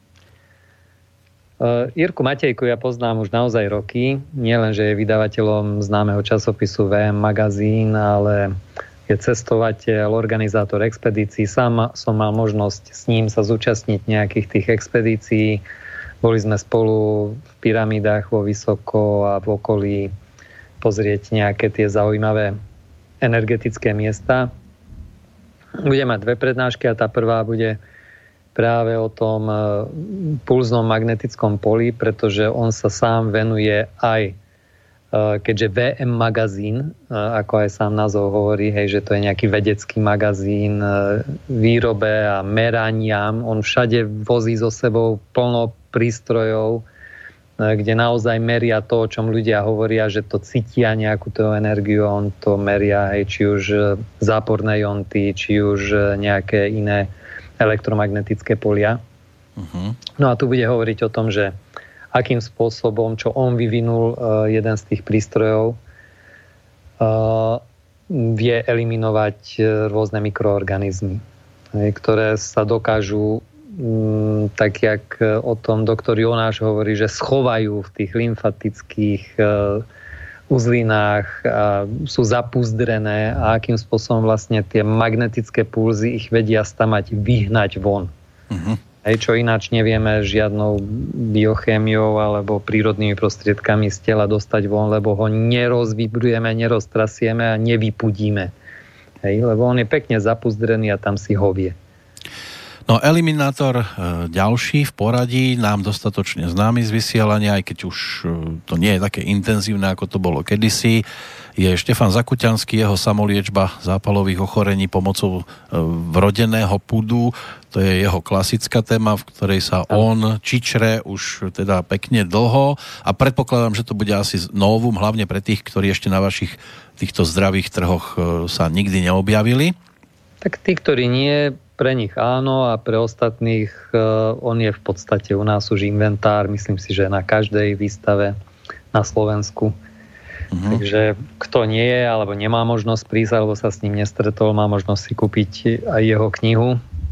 Uh, Jirku Matejku ja poznám už naozaj roky. Nie len, že je vydavateľom známeho časopisu vé em magazín, ale je cestovateľ, organizátor expedícií. Sám som mal možnosť s ním sa zúčastniť nejakých tých expedícií. Boli sme spolu v pyramídach vo Vysoko a v okolí pozrieť nejaké tie zaujímavé energetické miesta. Bude mať dve prednášky a tá prvá bude práve o tom pulznom magnetickom poli, pretože on sa sám venuje aj, keďže vé em magazín, ako aj sám názov hovorí, hej, že to je nejaký vedecký magazín výrobe a meraniam. On všade vozí so sebou plno prístrojov, kde naozaj meria to, o čom ľudia hovoria, že to cítia nejakú tú energiu, on to meria, hej, či už záporné jonty, či už nejaké iné elektromagnetické polia. Uh-huh. No a tu bude hovoriť o tom, že akým spôsobom, čo on vyvinul, uh, jeden z tých prístrojov, uh, vie eliminovať rôzne mikroorganizmy, hej, ktoré sa dokážu tak jak o tom doktor Jonáš hovorí, že schovajú v tých lymfatických uzlinách a sú zapuzdrené a akým spôsobom vlastne tie magnetické pulzy ich vedia stamať, vyhnať von. Uh-huh. Hej, čo ináč nevieme žiadnou biochémiou alebo prírodnými prostriedkami z tela dostať von, lebo ho nerozvibrujeme, neroztrasieme a nevypudíme. Hej, lebo on je pekne zapuzdrený a tam si ho vie. No, eliminátor ďalší v poradí, nám dostatočne známy z vysielania, aj keď už to nie je také intenzívne, ako to bolo kedysi, je Štefan Zakuťanský, jeho samoliečba zápalových ochorení pomocou vrodeného pudu. To je jeho klasická téma, v ktorej sa on čičre už teda pekne dlho a predpokladám, že to bude asi novum, hlavne pre tých, ktorí ešte na vašich týchto zdravých trhoch sa nikdy neobjavili. Tak tí, ktorí nie, pre nich áno a pre ostatných uh, on je v podstate u nás už inventár, myslím si, že na každej výstave na Slovensku. Uh-huh. Takže kto nie je, alebo nemá možnosť prísť, alebo sa s ním nestretol, má možnosť si kúpiť aj jeho knihu.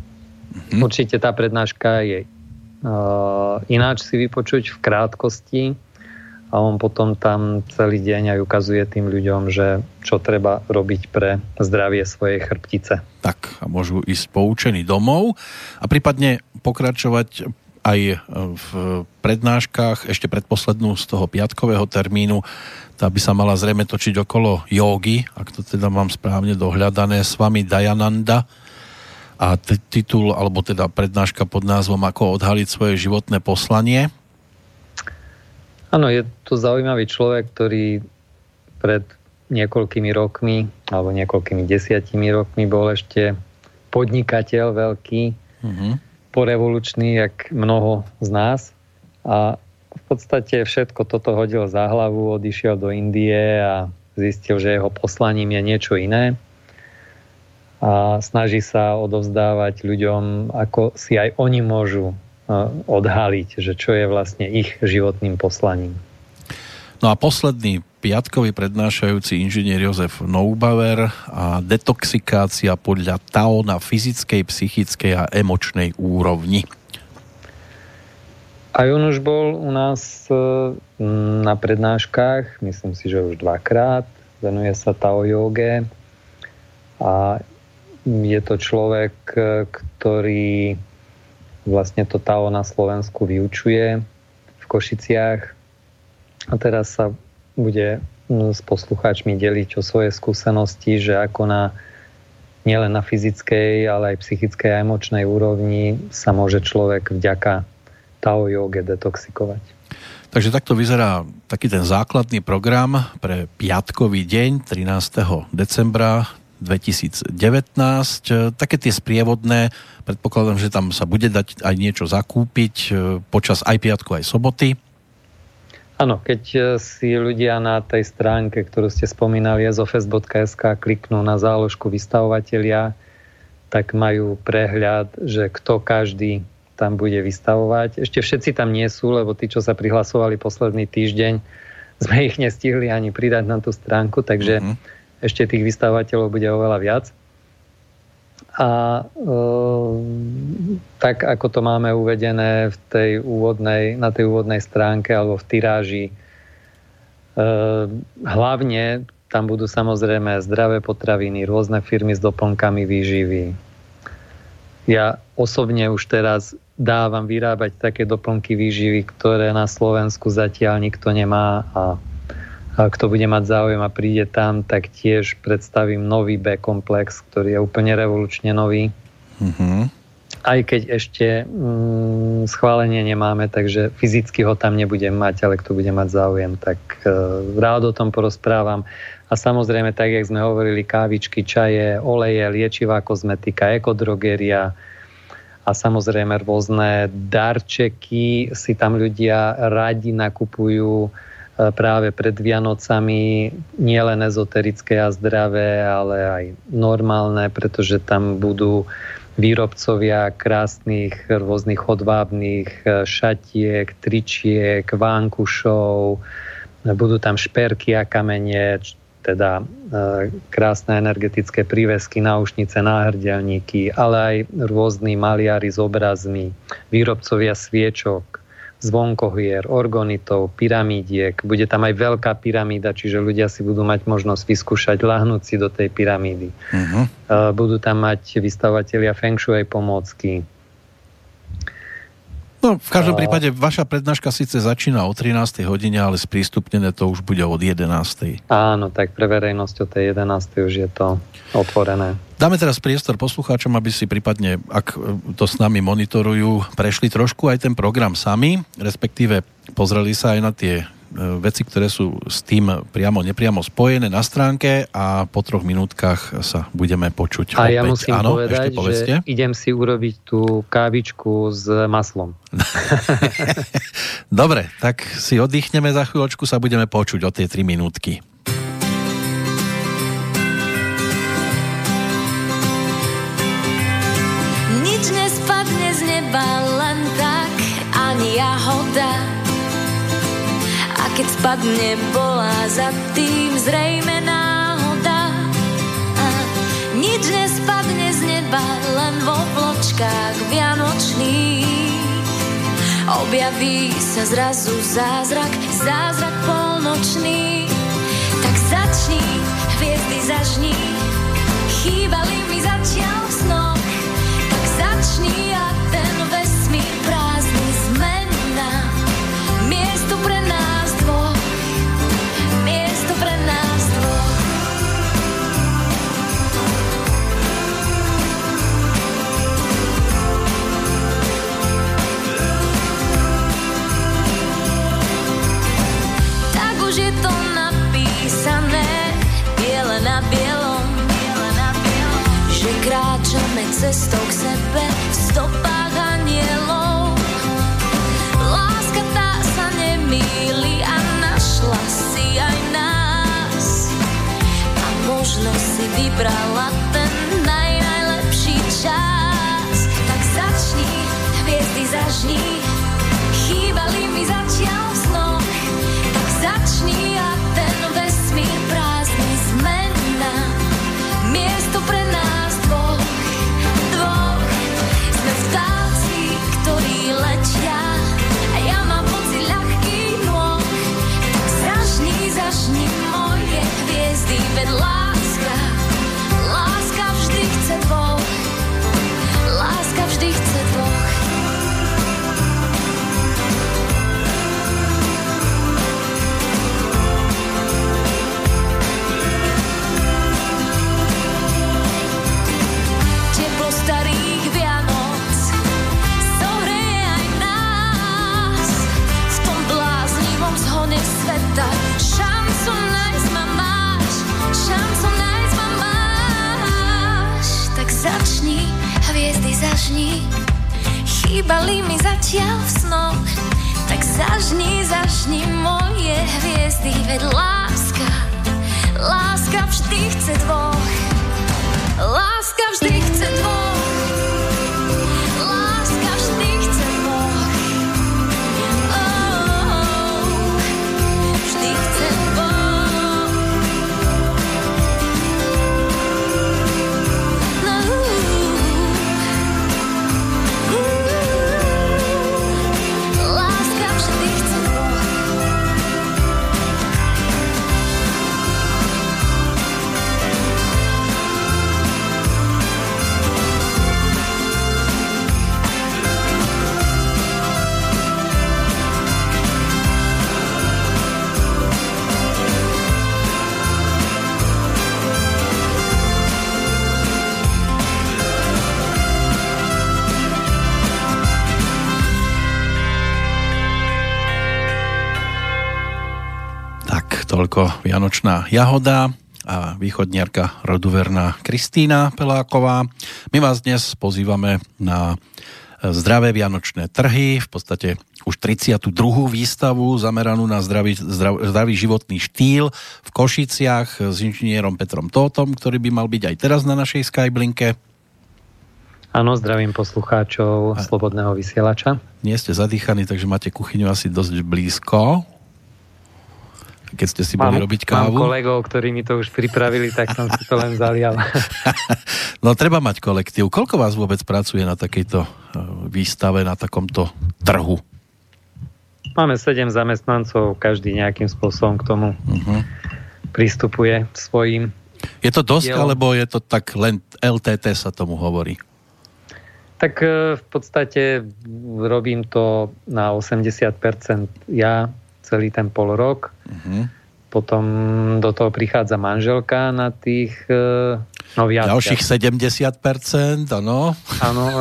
Mm-hmm. Určite tá prednáška je uh, ináč si vypočuť v krátkosti a on potom tam celý deň aj ukazuje tým ľuďom, že čo treba robiť pre zdravie svojej chrbtice. Tak, a môžu ísť poučení domov a prípadne pokračovať aj v prednáškach ešte predposlednú z toho piatkového termínu. Tá by sa mala zrejme točiť okolo jógy, ak to teda mám správne dohľadané, s vami Dayananda. A t- titul, alebo teda prednáška pod názvom Ako odhaliť svoje životné poslanie. Áno, je to zaujímavý človek, ktorý pred niekoľkými rokmi, alebo niekoľkými desiatimi rokmi bol ešte podnikateľ veľký, mm-hmm. porevolučný, jak mnoho z nás. A v podstate všetko toto hodil za hlavu, odišiel do Indie a zistil, že jeho poslaním je niečo iné. A snaží sa odovzdávať ľuďom, ako si aj oni môžu odhaliť, že čo je vlastne ich životným poslaním. No a posledný piatkový prednášajúci inžinier Jozef Neubauer a detoxikácia podľa Tao na fyzickej, psychickej a emočnej úrovni. A on už bol u nás na prednáškach, myslím si, že už dvakrát, venuje sa Tao joge a je to človek, ktorý vlastne to Tao na Slovensku vyučuje v Košiciach a teraz sa bude s poslucháčmi deliť o svoje skúsenosti, že ako na nielen na fyzickej, ale aj psychickej a emočnej úrovni sa môže človek vďaka Tao joge detoxikovať. Takže takto vyzerá taký ten základný program pre piatkový deň trinásteho decembra dvetisícdevätnásť. Také tie sprievodné, predpokladám, že tam sa bude dať aj niečo zakúpiť počas aj piatku, aj soboty. Áno, keď si ľudia na tej stránke, ktorú ste spomínali, ezofest bodka es ká, kliknú na záložku vystavovatelia, tak majú prehľad, že kto každý tam bude vystavovať. Ešte všetci tam nie sú, lebo tí, čo sa prihlasovali posledný týždeň, sme ich nestihli ani pridať na tú stránku, takže mm-hmm. ešte tých vystavovateľov bude oveľa viac. A e, tak, ako to máme uvedené v tej úvodnej, na tej úvodnej stránke alebo v tiráži, e, hlavne tam budú samozrejme zdravé potraviny, rôzne firmy s doplnkami výživy. Ja osobne už teraz dávam vyrábať také doplnky výživy, ktoré na Slovensku zatiaľ nikto nemá a A kto bude mať záujem a príde tam, tak tiež predstavím nový B-komplex, ktorý je úplne revolučne nový. Mm-hmm. Aj keď ešte mm, schválenie nemáme, takže fyzicky ho tam nebudem mať, ale kto bude mať záujem, tak e, rád o tom porozprávam. A samozrejme, tak jak sme hovorili, kávičky, čaje, oleje, liečivá kozmetika, ekodrogeria a samozrejme rôzne darčeky si tam ľudia radi nakupujú práve pred Vianocami, nielen ezoterické a zdravé, ale aj normálne, pretože tam budú výrobcovia krásnych rôznych hodvábnych šatiek, tričiek, vánkušov, budú tam šperky a kamene, teda krásne energetické prívesky, náušnice, náhrdelníky, ale aj rôzni maliari s obrazmi, výrobcovia sviečok, zvonkohier, orgonitov, pyramídiek. Bude tam aj veľká pyramída, čiže ľudia si budú mať možnosť vyskúšať ľahnúť si do tej pyramídy. Uh-huh. Budú tam mať vystavovatelia feng shui pomôcky. No, v každom prípade vaša prednáška síce začína o trinástej hodine, ale sprístupnené to už bude od jedenástej. Áno, tak pre verejnosť o tej jedenástej už je to otvorené. Dáme teraz priestor poslucháčom, aby si prípadne, ak to s nami monitorujú, prešli trošku aj ten program sami, respektíve pozreli sa aj na tie veci, ktoré sú s tým priamo, nepriamo spojené na stránke a po troch minútkach sa budeme počuť a opäť. Ja musím Áno, povedať, že idem si urobiť tú kávičku s maslom. Dobre, tak si oddychneme, za chvíľočku sa budeme počuť o tie tri minútky. Nič nespadne z neba len tak, ani jahoda. A keď spadne, bola za tým zrejme náhoda. A nič nespadne z neba neba len vo vločkách vianočných. Objaví sa zrazu zázrak, zázrak polnočný. Tak začni, hviezdy zažni, chýbali mi zatiaľ v snoch. Tak začni a ten vesmír prázdny zmen nám miesto pre nás dvoch, miesto pre nás dvoch. Tak už je to napísané, biele na bielom, biele na bielom, že kráčame cestou k sebe v stopách anielov. Láska tá sa nemýli a našla si aj nás. A možno si vybrala ten naj, najlepší čas. Tak začni, hviezdy zažni, chýbali mi zatiaľ v snoch. Tak začni a ten vesmír prázdny zmen nám miesto pre nás dvoch, dvoch. Sme vtáci, ktorí letia a ja mám pocit ľahkých nôh. Tak zažni, zažni moje hviezdy, veď láska, láska vždy chce dvoch, láska vždy chce dvoch. Teplo starých Vianoc zohreje aj nás. V tom bláznivom zhone sveta šancu nájsť ma máš, šancu nájsť ma máš. Tak začni, hviezdy zažni, chýbali mi zatiaľ v snoch. Tak zažni, zažni moje hviezdy, veď láska, láska vždy chce dvoch, láska vždy chce dvoch, láska vždy chce dvoch, oh, vždy chce dvoch. No, uh, uh, láska vždy chce dvoch. Toľko Vianočná jahoda a východniarka roduverná Kristína Peláková. My vás dnes pozývame na zdravé vianočné trhy, v podstate už tridsiatu druhú výstavu zameranú na zdravý, zdrav, zdravý životný štýl v Košiciach s inžinierom Petrom Tótom, ktorý by mal byť aj teraz na našej Skyblinke. Áno, zdravím poslucháčov a Slobodného vysielača. Nie ste zadýchaní, takže máte kuchyňu asi dosť blízko. Keď ste si boli mám, robiť kávu. Mám kolegov, ktorí mi to už pripravili, tak som si to len zalial. No treba mať kolektív. Koľko vás vôbec pracuje na takejto výstave, na takomto trhu? Máme sedem zamestnancov, každý nejakým spôsobom k tomu uh-huh. pristupuje svojím. Je to dosť, dielom. Alebo je to tak len el té té sa tomu hovorí? Tak v podstate robím to na osemdesiat percent ja, celý ten pol rok. Uh-huh. Potom do toho prichádza manželka na tých no viac. Ďalších sedemdesiat percent, áno. Áno.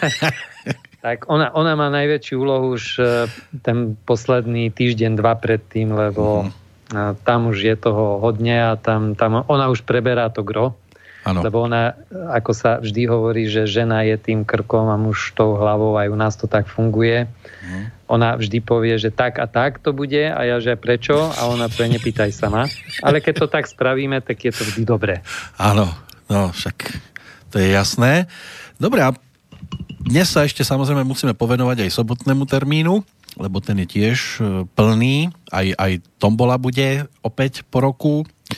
Tak ona, ona má najväčšiu úlohu už ten posledný týždeň, dva predtým, lebo uh-huh. tam už je toho hodne a tam, tam ona už preberá to gro. Ano. Lebo ona, ako sa vždy hovorí, že žena je tým krkom a muž tou hlavou, aj u nás to tak funguje. Mm. Ona vždy povie, že tak a tak to bude a ja, že prečo? A ona povie, nepýtaj sa ma. Ale keď to tak spravíme, tak je to vždy dobré. Áno, no však to je jasné. Dobre, a dnes sa ešte samozrejme musíme povenovať aj sobotnému termínu, lebo ten je tiež plný. Aj, aj tombola bude opäť po roku.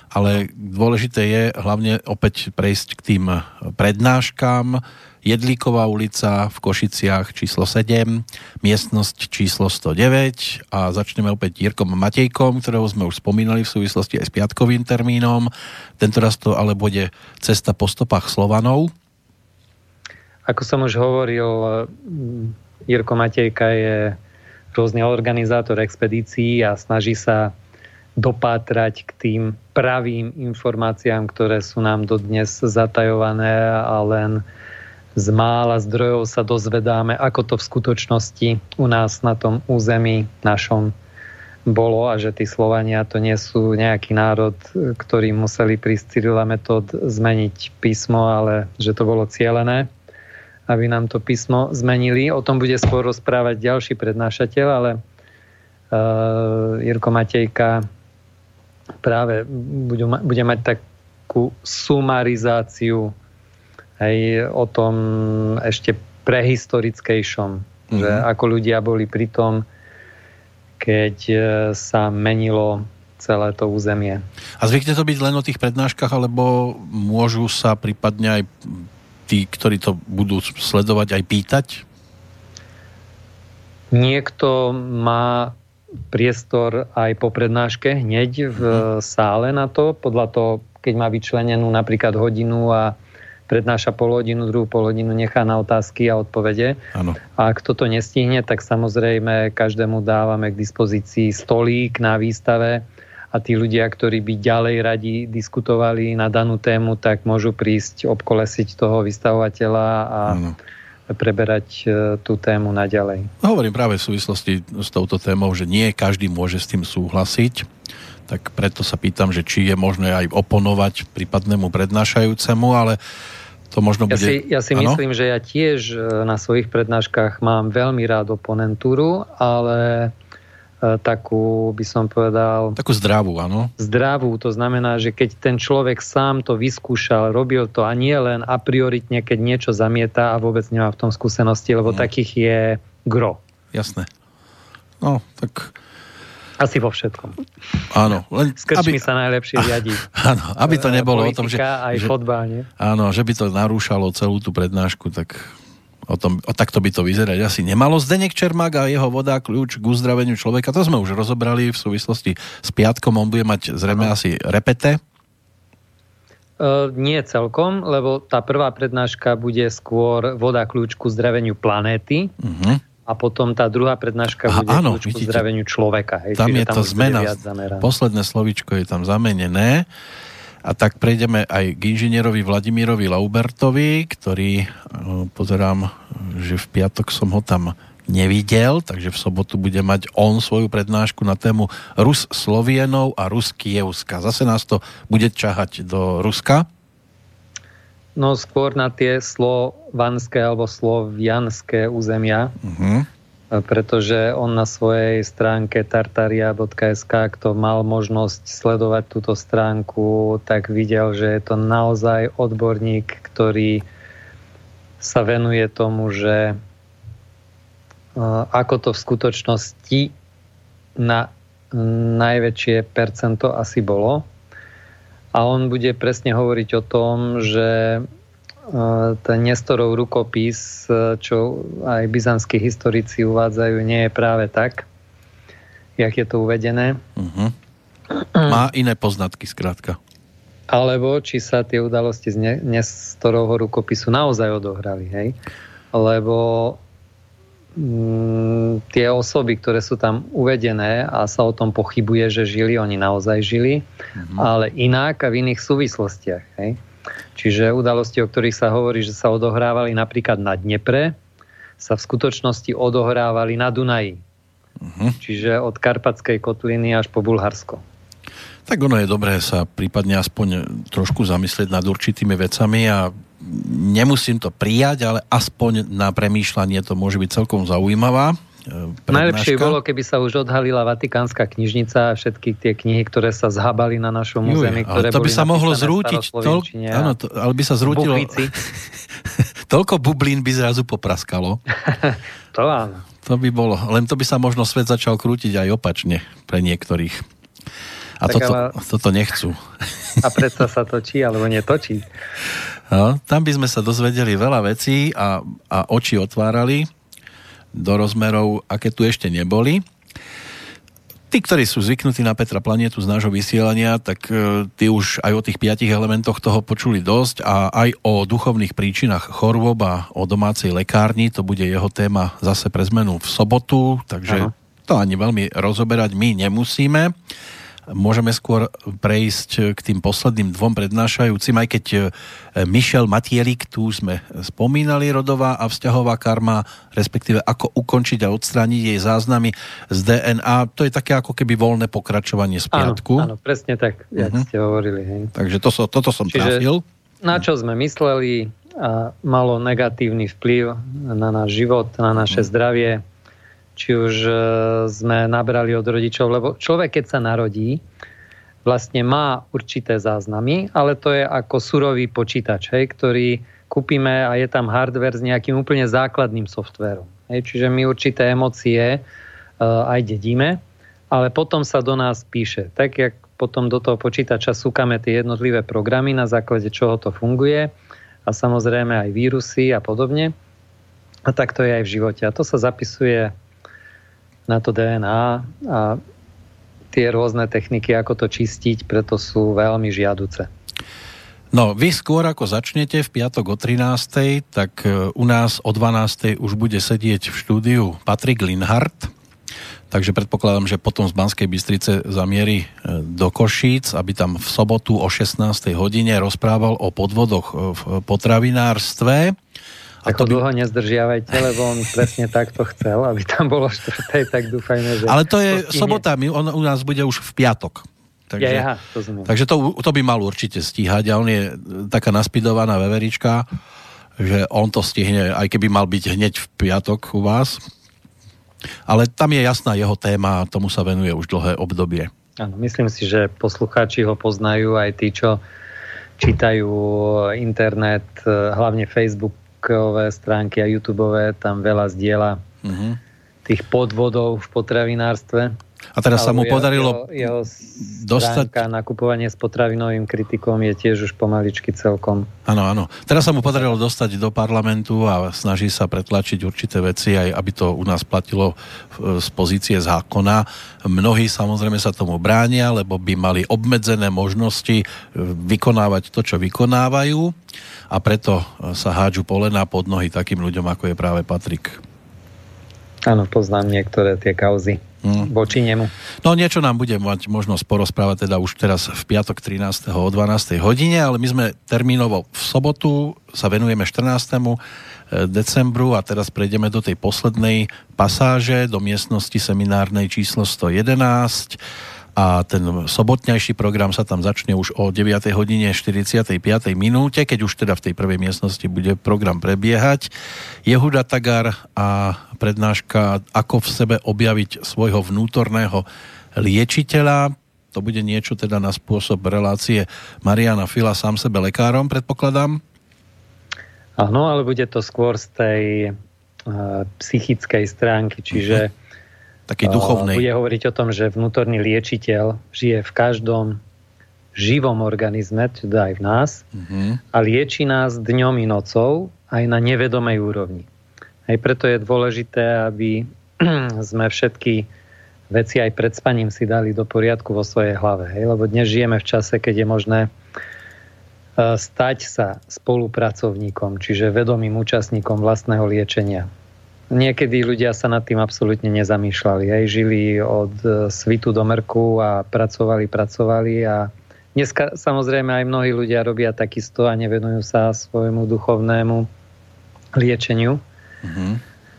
ale dôležité je hlavne opäť prejsť k tým prednáškam. Jedlíková ulica v Košiciach číslo sedem, miestnosť číslo sto deväť a začneme opäť Jirkom Matejkom, ktorého sme už spomínali v súvislosti aj s piatkovým termínom. Tentoraz to ale bude Cesta po stopách Slovanov. Ako som už hovoril, Jirko Matejka je rôzny organizátor expedícií a snaží sa dopátrať k tým pravým informáciám, ktoré sú nám dodnes zatajované a len z mála zdrojov sa dozvedáme, ako to v skutočnosti u nás na tom území našom bolo a že tí Slovania to nie sú nejaký národ, ktorý museli prísť Cyril a Metod zmeniť písmo, ale že to bolo cielené, aby nám to písmo zmenili. O tom bude skôr rozprávať ďalší prednášateľ, ale uh, Jirko Matejka práve bude, ma- bude mať takú sumarizáciu aj o tom ešte prehistorickejšom, mm-hmm. že ako ľudia boli pri tom, keď sa menilo celé to územie. A zvykne to byť len o tých prednáškach, alebo môžu sa prípadne aj tí, ktorí to budú sledovať, aj pýtať? Niekto má priestor aj po prednáške hneď v mm-hmm. sále na to, podľa toho, keď má vyčlenenú napríklad hodinu a prednáša pol hodinu, druhú pol hodinu nechá na otázky a odpovede. Áno. A ak toto nestihne, tak samozrejme každému dávame k dispozícii stolík na výstave a tí ľudia, ktorí by ďalej radi diskutovali na danú tému, tak môžu prísť obkolesiť toho vystavovateľa a Áno. preberať tú tému naďalej. Hovorím práve v súvislosti s touto témou, že nie každý môže s tým súhlasiť, tak preto sa pýtam, že či je možné aj oponovať prípadnému prednášajúcemu, ale to možno bude... Ja si, ja si myslím, že ja tiež na svojich prednáškach mám veľmi rád oponentúru, ale takú, by som povedal... Takú zdravú, áno. Zdravú, to znamená, že keď ten človek sám to vyskúšal, robil to a nie len a prioritne, keď niečo zamieta a vôbec nemá v tom skúsenosti, lebo no. takých je gro. Jasné. No, tak... Asi vo všetkom. Áno. Len, S krčmi aby, sa najlepšie riadi. Áno, aby to nebolo politika, o tom, že... aj že, fotbal, nie? Áno, že by to narúšalo celú tú prednášku, tak o tom, o takto by to vyzerať asi nemalo. Zdeněk Čermák a jeho voda kľúč k uzdraveniu človeka, to sme už rozobrali v súvislosti s piatkom, on bude mať zrejme asi repete. Uh, nie celkom, lebo tá prvá prednáška bude skôr voda kľúč ku zdraveniu planéty. Uh-huh. A potom tá druhá prednáška Aha, bude áno, kľúč ku zdraveniu človeka. Hej, tam je tam to zmena. Posledné slovíčko je tam zamenené. A tak prejdeme aj k inžinierovi Vladimírovi Laubertovi, ktorý, pozerám, že v piatok som ho tam nevidel, takže v sobotu bude mať on svoju prednášku na tému Rus Slovienov a Rus Kievska. Zase nás to bude čahať do Ruska. No skôr na tie slovanské alebo slovianské územia, uh-huh. pretože on na svojej stránke tartaria bodka es ká, kto mal možnosť sledovať túto stránku, tak videl, že je to naozaj odborník, ktorý sa venuje tomu, že ako to v skutočnosti na najväčšie percento asi bolo. A on bude presne hovoriť o tom, že ten Nestorov rukopis, čo aj byzantskí historici uvádzajú, nie je práve tak, jak je to uvedené. Uh-huh. Má iné poznatky, skrátka. Alebo či sa tie udalosti z Nestorovho rukopisu naozaj odohrali, hej? Lebo Mm, tie osoby, ktoré sú tam uvedené a sa o tom pochybuje, že žili, oni naozaj žili, mm-hmm. ale inak a v iných súvislostiach. Hej? Čiže udalosti, o ktorých sa hovorí, že sa odohrávali napríklad na Dnepre, sa v skutočnosti odohrávali na Dunaji. Mm-hmm. Čiže od Karpatskej kotliny až po Bulharsko. Tak ono je dobré sa prípadne aspoň trošku zamyslieť nad určitými vecami a nemusím to prijať, ale aspoň na premýšľanie to môže byť celkom zaujímavá prednáška. Najlepšie bolo, keby sa už odhalila Vatikánska knižnica a všetky tie knihy, ktoré sa zhabali na našom území, ktoré to by boli sa mohlo zrútiť, toľ... áno, to, ale by sa zrútilo toľko bublín by zrazu popraskalo. To áno. To by bolo, len to by sa možno svet začal krútiť aj opačne pre niektorých. A toto, ale... toto nechcú. A predsa sa točí, alebo netočí. No, tam by sme sa dozvedeli veľa vecí a, a oči otvárali do rozmerov, aké tu ešte neboli. Tí, ktorí sú zvyknutí na Petra Planétu z nášho vysielania, tak e, tí už aj o tých piatich elementoch toho počuli dosť a aj o duchovných príčinách chorôb a o domácej lekárni. To bude jeho téma zase pre zmenu v sobotu, takže Aha. to ani veľmi rozoberať my nemusíme. Môžeme skôr prejsť k tým posledným dvom prednášajúcim, aj keď Michel Matielik, tu sme spomínali, rodová a vzťahová karma, respektíve ako ukončiť a odstrániť jej záznamy z dé en á. To je také ako keby voľné pokračovanie z piatku. Áno, áno, presne tak, jak uh-huh. ste hovorili. Hej. Takže to so, toto som Čiže trafil. Na čo sme mysleli a malo negatívny vplyv na náš život, na naše uh-huh. zdravie, či už sme nabrali od rodičov, lebo človek, keď sa narodí, vlastne má určité záznamy, ale to je ako surový počítač, hej, ktorý kúpime a je tam hardware s nejakým úplne základným softvérom. Hej, čiže my určité emócie uh, aj dedíme, ale potom sa do nás píše. Tak, jak potom do toho počítača súkame tie jednotlivé programy, na základe čoho to funguje a samozrejme aj vírusy a podobne. A tak to je aj v živote. A to sa zapisuje na to dé en á a tie rôzne techniky, ako to čistiť, preto sú veľmi žiaduce. No, vy skôr ako začnete v piatok o trinástej, tak u nás o dvanástej už bude sedieť v štúdiu Patrik Linhardt, takže predpokladám, že potom z Banskej Bystrice zamierí do Košíc, aby tam v sobotu o šestnástej hodine rozprával o podvodoch v potravinárstve. A to by... dlho nezdržiavajte, lebo on presne takto chcel, aby tam bolo štvrtej, tak dúfajme, že... Ale to je to sobota, on u nás bude už v piatok. Takže, ja, ja, to, takže to, to by mal určite stíhať a on je taká naspidovaná veverička, že on to stihne, aj keby mal byť hneď v piatok u vás. Ale tam je jasná jeho téma a tomu sa venuje už dlhé obdobie. Áno, myslím si, že poslucháči ho poznajú aj tí, čo čítajú internet, hlavne Facebook, stránky a YouTubeové, tam veľa zdieľa uh-huh. tých podvodov v potravinárstve. A teraz sa mu podarilo jeho, jeho dostať... stránka nakupovanie s potravinovým kritikom je tiež už pomaličky celkom. Áno, áno. Teraz sa mu podarilo dostať do parlamentu a snaží sa pretlačiť určité veci, aj aby to u nás platilo z pozície zákona. Mnohí samozrejme sa tomu bránia, lebo by mali obmedzené možnosti vykonávať to, čo vykonávajú. A preto sa hádžu polená pod nohy takým ľuďom, ako je práve Patrik. Áno, poznám niektoré tie kauzy hmm. voči nemu. No niečo nám bude mať možnosť porozprávať teda už teraz v piatok trinásteho o dvanástej hodine, ale my sme termínovo v sobotu sa venujeme štrnástemu decembru a teraz prejdeme do tej poslednej pasáže, do miestnosti seminárnej číslo sto jedenásť. A ten sobotnejší program sa tam začne už o deviatej hodine štyridsiatej piatej minúte, keď už teda v tej prvej miestnosti bude program prebiehať. Jehuda Tagar a prednáška Ako v sebe objaviť svojho vnútorného liečiteľa. To bude niečo teda na spôsob relácie Mariana Fila sám sebe lekárom, predpokladám? Áno, ale bude to skôr z tej uh, psychickej stránky, čiže uh-huh. takej duchovnej. Bude hovoriť o tom, že vnútorný liečiteľ žije v každom živom organizme, teda aj v nás, uh-huh. a lieči nás dňom i nocou aj na nevedomej úrovni. Aj preto je dôležité, aby sme všetky veci aj pred spaním si dali do poriadku vo svojej hlave. Hej? Lebo dnes žijeme v čase, keď je možné stať sa spolupracovníkom, čiže vedomým účastníkom vlastného liečenia. Niekedy ľudia sa nad tým absolútne nezamýšľali. Aj žili od svitu do mrku a pracovali, pracovali a dneska samozrejme aj mnohí ľudia robia takisto a nevenujú sa svojmu duchovnému liečeniu. Mm-hmm.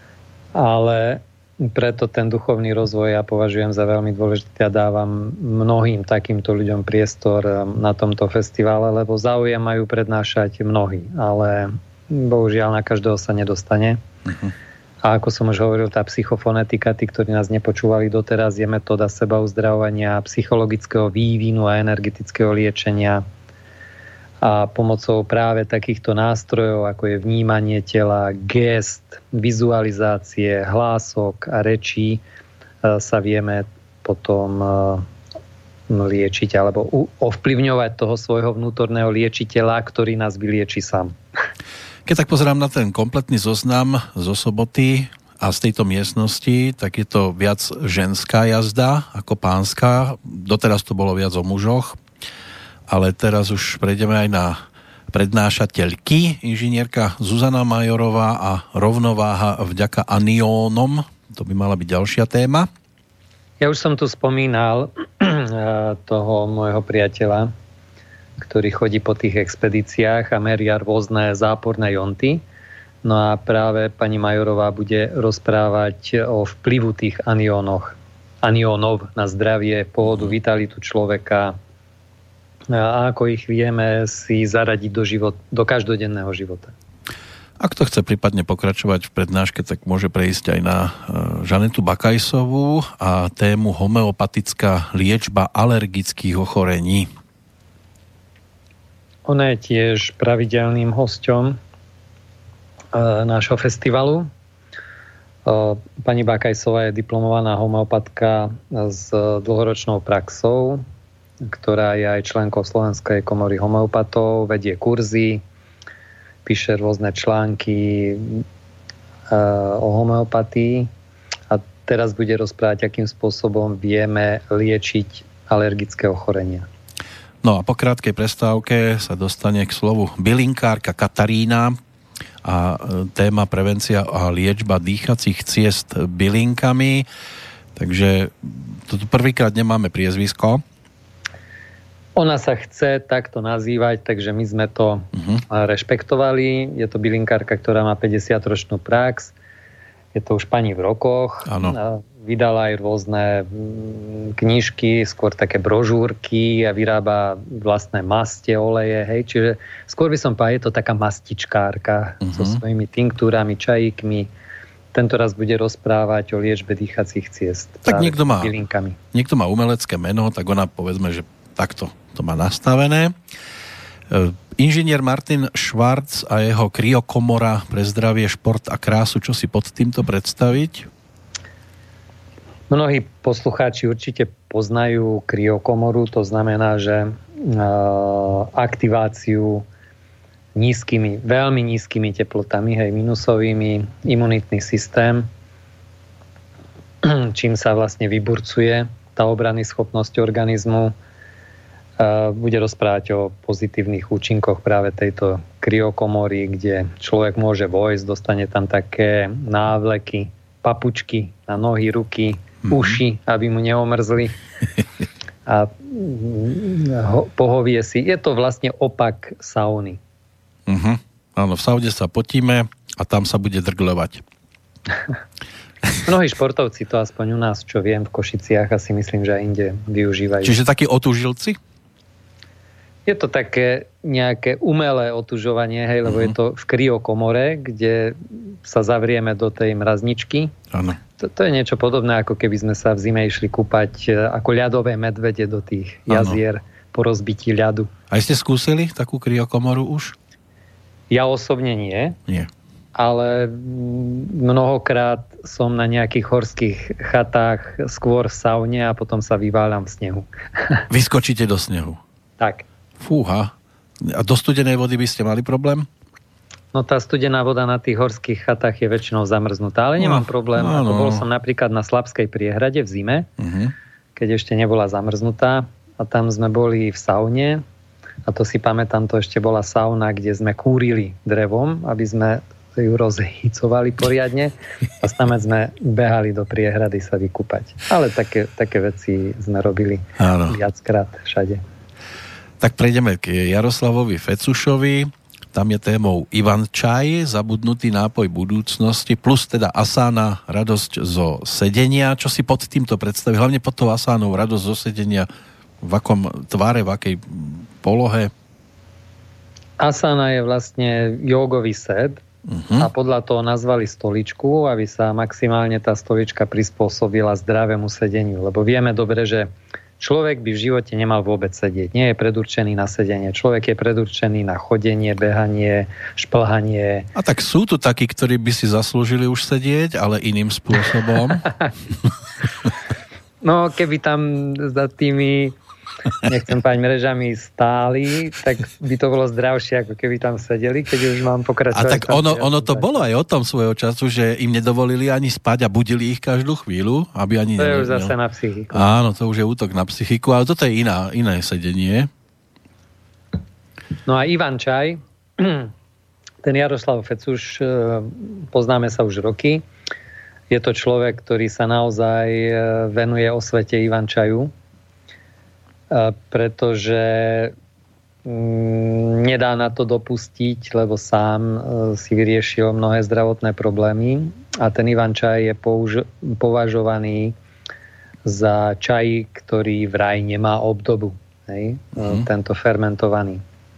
Ale preto ten duchovný rozvoj ja považujem za veľmi dôležitý a dávam mnohým takýmto ľuďom priestor na tomto festivale, lebo záujem majú prednášať mnohí, ale bohužiaľ na každého sa nedostane. Mm-hmm. A ako som už hovoril, tá psychofonetika, tí, ktorí nás nepočúvali doteraz, je metóda sebauzdravovania, psychologického vývinu a energetického liečenia. A pomocou práve takýchto nástrojov, ako je vnímanie tela, gest, vizualizácie, hlások a rečí, sa vieme potom liečiť alebo ovplyvňovať toho svojho vnútorného liečiteľa, ktorý nás vylieči sám. Keď tak pozerám na ten kompletný zoznam zo soboty a z tejto miestnosti, tak je to viac ženská jazda ako pánska. Doteraz to bolo viac o mužoch, ale teraz už prejdeme aj na prednášateľky, inžinierka Zuzana Majorová a rovnováha vďaka aniónom. To by mala byť ďalšia téma. Ja už som tu spomínal toho môjho priateľa, ktorý chodí po tých expedíciách a meria rôzne záporné jonty. No a práve pani Majorová bude rozprávať o vplyvu tých aniónoch, aniónov na zdravie, pohodu, vitalitu človeka, a ako ich vieme si zaradiť do, život, do každodenného života. Ak to chce prípadne pokračovať v prednáške, tak môže prejsť aj na Žanetu Bakajsovú a tému homeopatická liečba alergických ochorení. Ona je tiež pravidelným hosťom nášho festivalu. Pani Bakajsová je diplomovaná homeopatka s dlhoročnou praxou, ktorá je aj členkou Slovenskej komory homeopatov, vedie kurzy, píše rôzne články o homeopatii a teraz bude rozprávať, akým spôsobom vieme liečiť alergické ochorenia. No a po krátkej prestávke sa dostane k slovu bylinkárka Katarína a téma prevencia a liečba dýchacích ciest bylinkami. Takže toto prvýkrát nemáme priezvisko. Ona sa chce takto nazývať, takže my sme to uh-huh. rešpektovali. Je to bylinkárka, ktorá má päťdesiatročnú prax. Je to už pani v rokoch. Áno. Vydala aj rôzne knižky, skôr také brožúrky a vyrába vlastné maste, oleje. Hej. Čiže skôr by som povedal, je to taká mastičkárka uh-huh. so svojimi tinktúrami, čajíkmi. Tento raz bude rozprávať o liečbe dýchacích ciest. Tak niekto má, bylinkami. niekto má umelecké meno, tak ona povedzme, že takto to má nastavené. Inžinier Martin Švarc a jeho kryokomora pre zdravie, šport a krásu, čo si pod týmto predstaviť? Mnohí poslucháči určite poznajú kryokomoru, to znamená, že aktiváciu nízkymi, veľmi nízkymi teplotami, hej, minusovými, imunitný systém, čím sa vlastne vyburcuje tá obranná schopnosť organizmu. Bude rozprávať o pozitívnych účinkoch práve tejto kryokomory, kde človek môže vojsť, dostane tam také návleky, papučky na nohy, ruky, mm-hmm. uši, aby mu neomrzli. A ho, pohovie si. Je to vlastne opak sauny. Mm-hmm. Áno, v saune sa potíme a tam sa bude drgľovať. Mnohí športovci to aspoň u nás, čo viem, v Košiciach asi myslím, že aj inde využívajú. Čiže takí otužilci? Je to také nejaké umelé otužovanie, hej, lebo uh-huh. je to v kryokomore, kde sa zavrieme do tej mrazničky. Áno. To, to je niečo podobné, ako keby sme sa v zime išli kúpať ako ľadové medvede do tých jazier ano. Po rozbití ľadu. A ste skúsili takú kryokomoru už? Ja osobne nie. Nie. Ale mnohokrát som na nejakých horských chatách skôr v saune a potom sa vyváľam v snehu. Vyskočíte do snehu? Tak. Fúha. A do studenej vody by ste mali problém? No tá studená voda na tých horských chatách je väčšinou zamrznutá, ale nemám no, problém. No, no. Bol som napríklad na Slabskej priehrade v zime, uh-huh. keď ešte nebola zamrznutá a tam sme boli v saune a to si pamätám, to ešte bola sauna, kde sme kúrili drevom, aby sme ju rozhýcovali poriadne a snáď sme behali do priehrady sa vykúpať. Ale také, také veci sme robili Áno. viackrát všade. Tak prejdeme k Jaroslavovi Fecušovi. Tam je témou Ivan Čaj, zabudnutý nápoj budúcnosti, plus teda asána, radosť zo sedenia. Čo si pod týmto predstaví? Hlavne pod tou asánou, radosť zo sedenia, v akom tvare, v akej polohe? Asana je vlastne jogový set uh-huh. a podľa toho nazvali stoličku, aby sa maximálne tá stolička prispôsobila zdravému sedeniu. Lebo vieme dobre, že človek by v živote nemal vôbec sedieť. Nie je predurčený na sedenie. Človek je predurčený na chodenie, behanie, šplhanie. A tak sú tu takí, ktorí by si zaslúžili už sedieť, ale iným spôsobom. No, keby tam za tými nechcem povedať mrežami stáli, tak by to bolo zdravšie, ako keby tam sedeli, keď už mám pokračovať. A tak ono, ono to bolo aj o tom svojho času, že im nedovolili ani spať a budili ich každú chvíľu, aby ani... To je už zase na psychiku. Áno, to už je útok na psychiku, ale toto je iná, iné sedenie. No a Ivan Čaj, ten Jaroslav Fecuš, poznáme sa už roky. Je to človek, ktorý sa naozaj venuje osvete Ivan Čaju, pretože nedá na to dopustiť, lebo sám si vyriešil mnohé zdravotné problémy a ten Ivan Čaj je použ- považovaný za čaj, ktorý vraj nemá obdobu. Hej? Mm. Tento fermentovaný.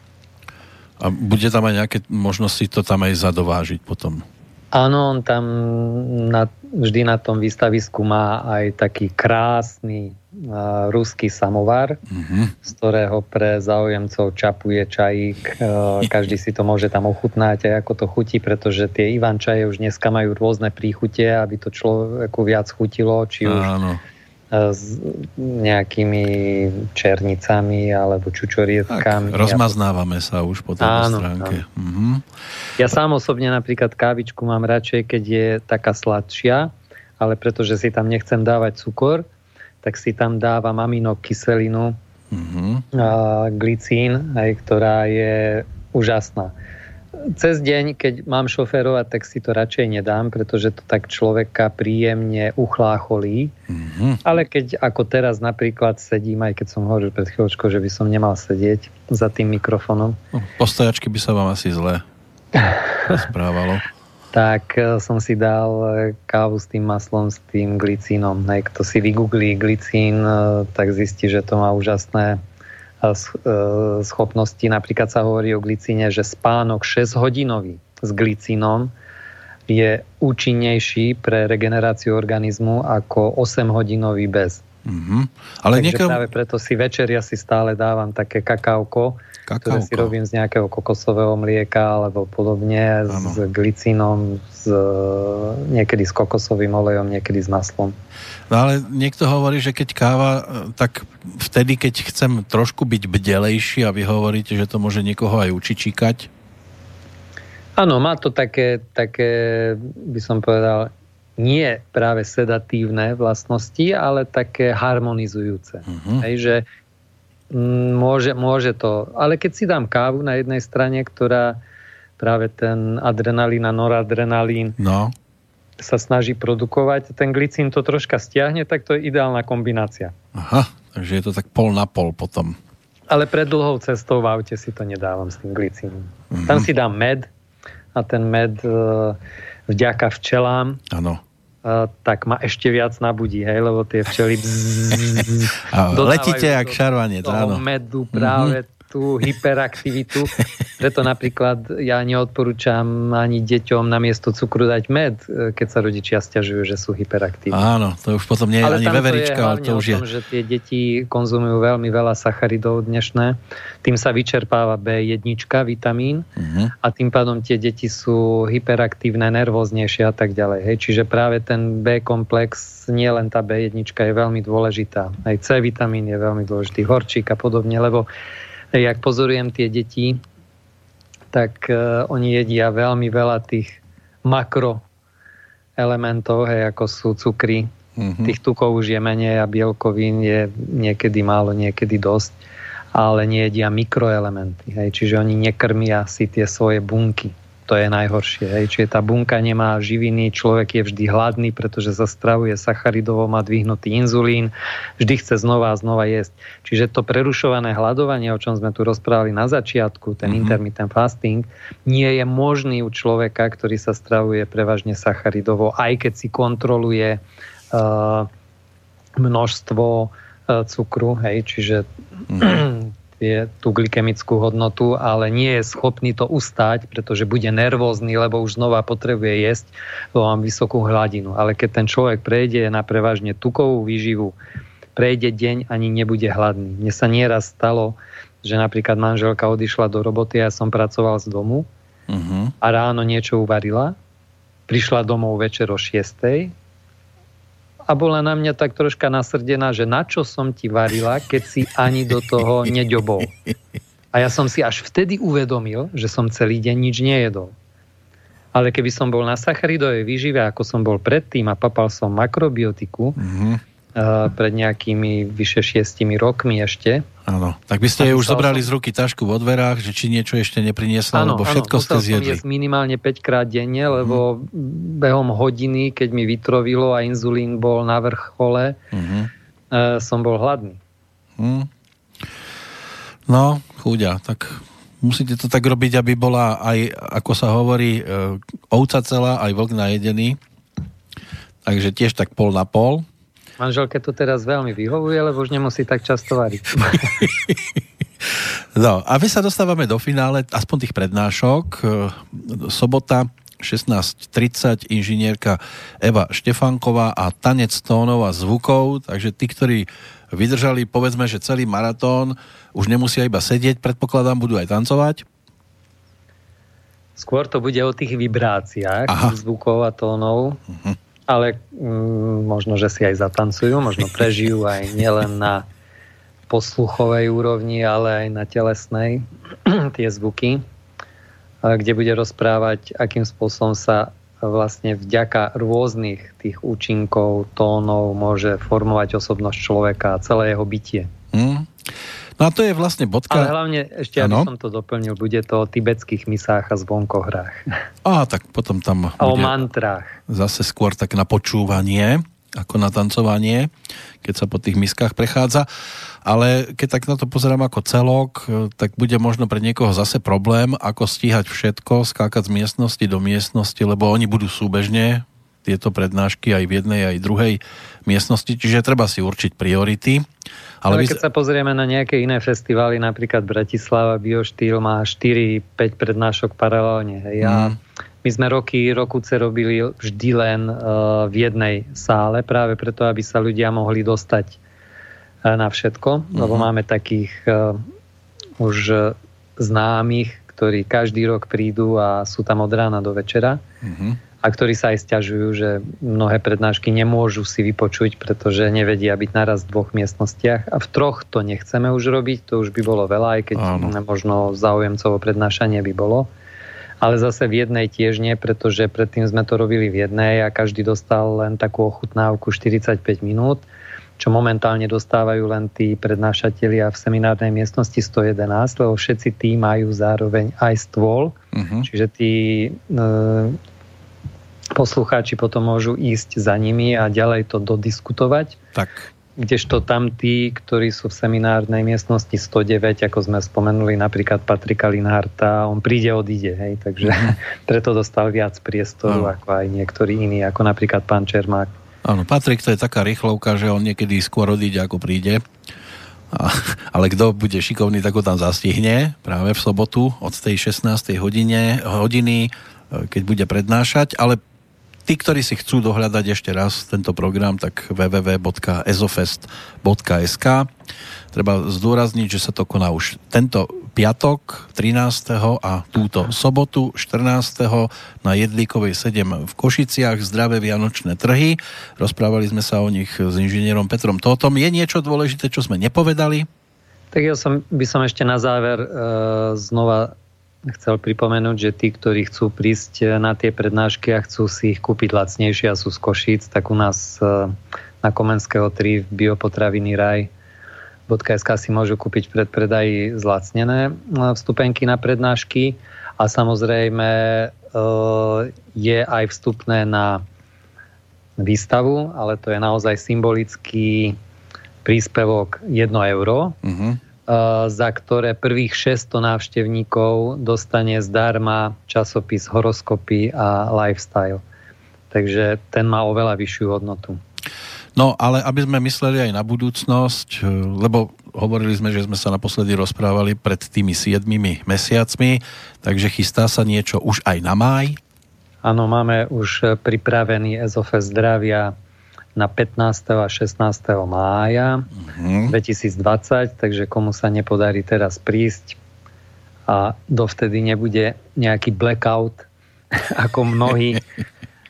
A bude tam aj nejaké možnosti to tam aj zadovážiť potom? Áno, on tam na, vždy na tom výstavisku má aj taký krásny uh, ruský samovar, mm-hmm. z ktorého pre záujemcov čapuje čajík. Uh, každý si to môže tam ochutnať, aj ako to chutí, pretože tie Ivan čaje už dneska majú rôzne príchute, aby to človeku viac chutilo, či už Áno. s nejakými černicami alebo čučorietkami. Tak, rozmaznávame sa už po tejto stránke. Áno. Mhm. Ja sám osobne napríklad kávičku mám radšej, keď je taká sladšia, ale pretože si tam nechcem dávať cukor, tak si tam dávam aminokyselinu, mhm. a glicín, aj, ktorá je úžasná. Cez deň, keď mám šoférovať, tak si to radšej nedám, pretože to tak človeka príjemne uchlácholí. Mm-hmm. Ale keď ako teraz napríklad sedím, aj keď som hovoril pred chvíľočkou, že by som nemal sedieť za tým mikrofónom. No, postojačky by sa vám asi zle správalo. Tak som si dal kávu s tým maslom, s tým glicínom. Aj kto si vygooglí glicín, tak zistí, že to má úžasné schopnosti. Napríklad sa hovorí o glicíne, že spánok šesťhodinový s glicínom je účinnejší pre regeneráciu organizmu ako osemhodinový bez. Mm-hmm. Ale Takže niekam... práve preto si večer ja si stále dávam také kakávko, ktoré si robím z nejakého kokosového mlieka alebo podobne, ano. S glicínom, s, niekedy s kokosovým olejom, niekedy s maslom. No ale niekto hovorí, že keď káva, tak vtedy, keď chcem trošku byť bdelejší a vy hovoríte, že to môže niekoho aj učičíkať? Áno, má to také, také, by som povedal, nie práve sedatívne vlastnosti, ale také harmonizujúce. Uh-huh. Hej, že môže, môže to, ale keď si dám kávu na jednej strane, ktorá práve ten adrenalín a noradrenalín no. sa snaží produkovať, ten glicín to troška stiahne, tak to je ideálna kombinácia. Aha, takže je to tak pol na pol potom. Ale pred dlhou cestou v aute si to nedávam s tým glicínom. Uh-huh. Tam si dám med a ten med vďaka včelám áno. tak ma ešte viac nabudí, hej, lebo tie včely letíte jak šarvanec, áno. Medu práve mm-hmm. tú hyperaktivitu. Preto napríklad ja neodporúčam ani deťom namiesto cukru dať med, keď sa rodičia sťažujú, že sú hyperaktívni. Áno, to už potom nie je ale ani veverička, ale to už je. Ale tam to je hlavne o tom, že tie deti konzumujú veľmi veľa sacharidov dnešné. Tým sa vyčerpáva bé jedna, vitamín mm-hmm. a tým pádom tie deti sú hyperaktívne, nervóznejšie a tak ďalej. Hej. Čiže práve ten B-komplex, nie len tá bé jedna je veľmi dôležitá. Aj C vitamín je veľmi dôležitý, horčík a podobne, lebo jak pozorujem tie deti, tak uh, oni jedia veľmi veľa tých makroelementov, hej, ako sú cukry. Mm-hmm. Tých tukov už je menej a bielkovín je niekedy málo, niekedy dosť, ale nejedia mikroelementy. Hej, čiže oni nekrmia si tie svoje bunky. To je najhoršie. Hej. Čiže tá bunka nemá živiny, človek je vždy hladný, pretože sa stravuje sacharidovo, má dvihnutý inzulín, vždy chce znova a znova jesť. Čiže to prerušované hladovanie, o čom sme tu rozprávali na začiatku, ten mm-hmm. intermittent fasting, nie je možný u človeka, ktorý sa stravuje prevažne sacharidovo, aj keď si kontroluje uh, množstvo uh, cukru, hej, čiže mm-hmm. je tú glykemickú hodnotu, ale nie je schopný to ustáť, pretože bude nervózny, lebo už znova potrebuje jesť, lebo mám vysokú hladinu. Ale keď ten človek prejde na prevažne tukovú výživu, prejde deň, ani nebude hladný. Mne sa nieraz stalo, že napríklad manželka odišla do roboty a ja som pracoval z domu uh-huh. a ráno niečo uvarila, prišla domov večer o šiestej a bola na mňa tak troška nasrdená, že na čo som ti varila, keď si ani do toho neďobol. A ja som si až vtedy uvedomil, že som celý deň nič nejedol. Ale keby som bol na sacharidovej výžive, ako som bol predtým a papal som makrobiotiku, mm-hmm. uh, pred nejakými vyše šiestimi rokmi ešte. Áno, tak by ste jej už zobrali som... z ruky tašku vo dverách, že či niečo ešte nepriniesla, lebo všetko ste zjedli. Áno, musel som jesť minimálne päť krát denne, lebo mm. behom hodiny, keď mi vytrovilo a inzulín bol na vrchole, mm-hmm. uh, som bol hladný. Mm. No, chúďa, tak musíte to tak robiť, aby bola aj, ako sa hovorí, uh, ovca celá, aj vlk najedený. Takže tiež tak pol na pol. Manželke to teraz veľmi vyhovuje, lebo už nemusí tak často variť. No, a my sa dostávame do finále, aspoň tých prednášok. Sobota šestnásť tridsať, inžinierka Eva Štefánková a tanec tónov a zvukov. Takže tí, ktorí vydržali, povedzme, že celý maratón, už nemusia iba sedieť, predpokladám, budú aj tancovať. Skôr to bude o tých vibráciách Aha. zvukov a tónov. Uh-huh. Ale mm, možno, že si aj zatancujú, možno prežijú aj nielen na posluchovej úrovni, ale aj na telesnej tie zvuky, kde bude rozprávať, akým spôsobom sa vlastne vďaka rôznych tých účinkov, tónov môže formovať osobnosť človeka a celé jeho bytie. Mm. No a to je vlastne bodka... Ale hlavne, ešte ano? Aby som to doplnil, bude to o tibetských misách a zvonkohrách. Á, tak potom tam a o mantrách. Zase skôr tak na počúvanie, ako na tancovanie, keď sa po tých miskách prechádza. Ale keď tak na to pozerám ako celok, tak bude možno pre niekoho zase problém, ako stíhať všetko, skákať z miestnosti do miestnosti, lebo oni budú súbežne, tieto prednášky aj v jednej, aj v druhej miestnosti, čiže treba si určiť priority. Ale, Ale keď vy... sa pozrieme na nejaké iné festivály, napríklad Bratislava Bioštýl má štyri päť prednášok paralelne. Hej. A mm. my sme roky, rokuce robili vždy len uh, v jednej sále, práve preto, aby sa ľudia mohli dostať uh, na všetko, mm-hmm. lebo máme takých uh, už uh, známych, ktorí každý rok prídu a sú tam od rána do večera. Mm-hmm. A ktorí sa aj sťažujú, že mnohé prednášky nemôžu si vypočuť, pretože nevedia byť naraz v dvoch miestnostiach. A v troch to nechceme už robiť, to už by bolo veľa, aj keď Áno. možno záujemcovo prednášanie by bolo. Ale zase v jednej tiež nie, pretože predtým sme to robili v jednej a každý dostal len takú ochutnávku štyridsaťpäť minút, čo momentálne dostávajú len tí prednášatelia v seminárnej miestnosti sto jedenásť, lebo všetci tí majú zároveň aj stôl. Uh-huh. Čiže tí... E, poslucháči potom môžu ísť za nimi a ďalej to dodiskutovať. Tak. Kdežto tam tí, ktorí sú v seminárnej miestnosti sto deväť, ako sme spomenuli, napríklad Patrika Linharta, on príde, odíde, hej, takže mm. preto dostal viac priestoru, no. ako aj niektorí iní, ako napríklad pán Čermák. Áno, Patrik to je taká rýchlovka, že on niekedy skôr odíde, ako príde. A, ale kto bude šikovný, tak ho tam zastihne práve v sobotu od tej šestnástej hodine, hodiny, keď bude prednášať, ale tí, ktorí si chcú dohľadať ešte raz tento program, tak w w w bodka ezofest bodka es ka. Treba zdôrazniť, že sa to koná už tento piatok trinásteho a túto sobotu štrnásteho na Jedlíkovej sedem v Košiciach, zdravé vianočné trhy. Rozprávali sme sa o nich s inžinierom Petrom Tótom. Je niečo dôležité, čo sme nepovedali? Tak ja som, by som ešte na záver e, znova chcel pripomenúť, že tí, ktorí chcú prísť na tie prednášky a chcú si ich kúpiť lacnejšie a sú z Košíc, tak u nás na Komenského tri v Biopotraviny raj bodka es ká si môžu kúpiť v predpredaji zlacnené vstupenky na prednášky a samozrejme je aj vstupné na výstavu, ale to je naozaj symbolický príspevok jedno euro. Uh-huh. za ktoré prvých šesťsto návštevníkov dostane zdarma časopis Horoskopy a Lifestyle. Takže ten má oveľa vyššiu hodnotu. No, ale aby sme mysleli aj na budúcnosť, lebo hovorili sme, že sme sa naposledy rozprávali pred tými siedmimi mesiacmi, takže chystá sa niečo už aj na máj? Áno, máme už pripravený Ezofest zdravia na pätnásteho a šestnásteho mája uh-huh. dvetisícdvadsať, takže komu sa nepodarí teraz prísť a dovtedy nebude nejaký blackout, ako mnohí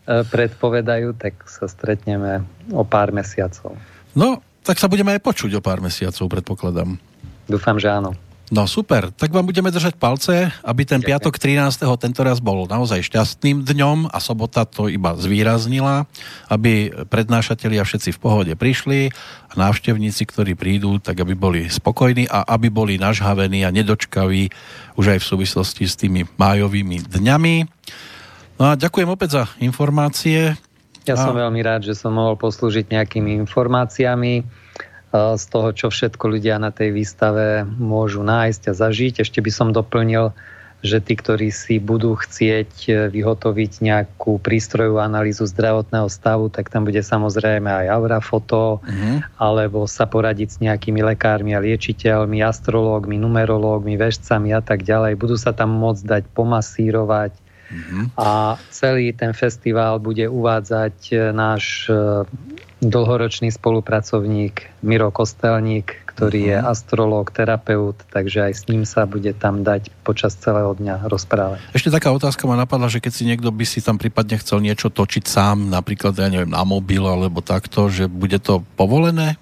predpovedajú, tak sa stretneme o pár mesiacov. No, tak sa budeme aj počuť o pár mesiacov, predpokladám. Dúfam, že áno. No super, tak vám budeme držať palce, aby ten piatok trinásteho tentoraz bol naozaj šťastným dňom a sobota to iba zvýraznila, aby prednášatelia všetci v pohode prišli a návštevníci, ktorí prídu, tak aby boli spokojní a aby boli nažhavení a nedočkaví už aj v súvislosti s tými májovými dňami. No a ďakujem opäť za informácie. Ja a... som veľmi rád, že som mohol poslúžiť nejakými informáciami z toho, čo všetko ľudia na tej výstave môžu nájsť a zažiť. Ešte by som doplnil, že tí, ktorí si budú chcieť vyhotoviť nejakú prístrojovú analýzu zdravotného stavu, tak tam bude samozrejme aj aurafoto, mm-hmm. alebo sa poradiť s nejakými lekármi a liečiteľmi, astrológmi, numerológmi, veštcami a tak ďalej. Budú sa tam môcť dať pomasírovať. Mm-hmm. A celý ten festival bude uvádzať náš dlhoročný spolupracovník Miro Kostelník, ktorý je astrológ, terapeut, takže aj s ním sa bude tam dať počas celého dňa rozprávať. Ešte taká otázka ma napadla, že keď si niekto by si tam prípadne chcel niečo točiť sám, napríklad, ja neviem, na mobil alebo takto, že bude to povolené?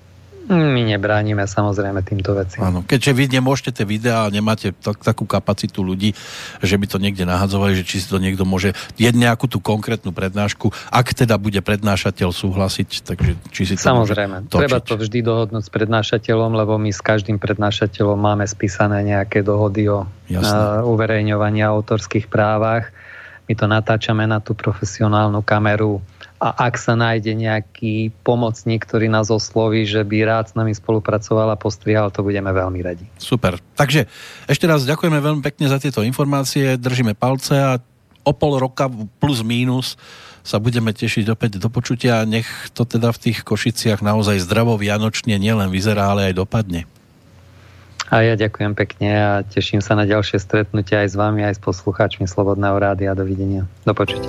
My nebránime samozrejme týmto veciam. Áno, keďže vy nemôžete tie videá a nemáte tak, takú kapacitu ľudí, že by to niekde nahadzovali, že či si to niekto môže jedť nejakú tú konkrétnu prednášku, ak teda bude prednášateľ súhlasiť, takže či si to samozrejme, treba to vždy dohodnúť s prednášateľom, lebo my s každým prednášateľom máme spísané nejaké dohody o uh, uverejňovaní a autorských právach. My to natáčame na tú profesionálnu kameru. A ak sa nájde nejaký pomocník, ktorý nás osloví, že by rád s nami spolupracoval a postrihal, to budeme veľmi radi. Super. Takže ešte raz ďakujeme veľmi pekne za tieto informácie, držíme palce a o pol roka plus mínus sa budeme tešiť opäť do počutia. Nech to teda v tých Košiciach naozaj zdravo vianočne nielen vyzerá, ale aj dopadne. A ja ďakujem pekne a teším sa na ďalšie stretnutie aj s vami, aj s poslucháčmi Slobodného rádia. Dovidenia. Do počutia.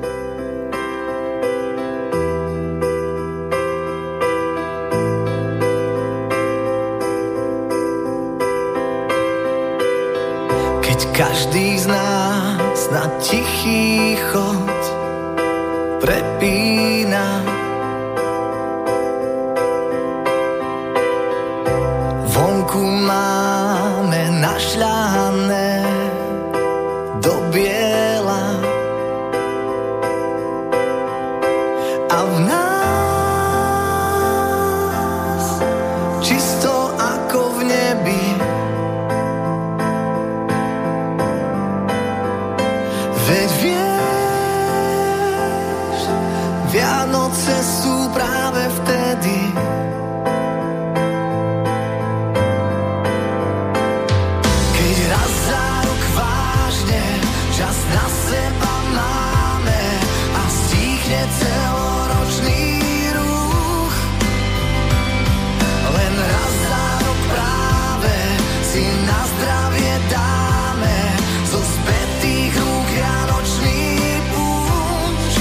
Každý z nás na tichý chod prepína. Vonku máme našľahané do biela a v nás čisto ako v nebi. Veď vieš, Vianoce sú práve vtedy, keď raz za rok vážne čas na seba máme a stíchne celoročný ruch. Len raz za rok práve si na zdravie dáme zo spätých rúk vianočný púšť.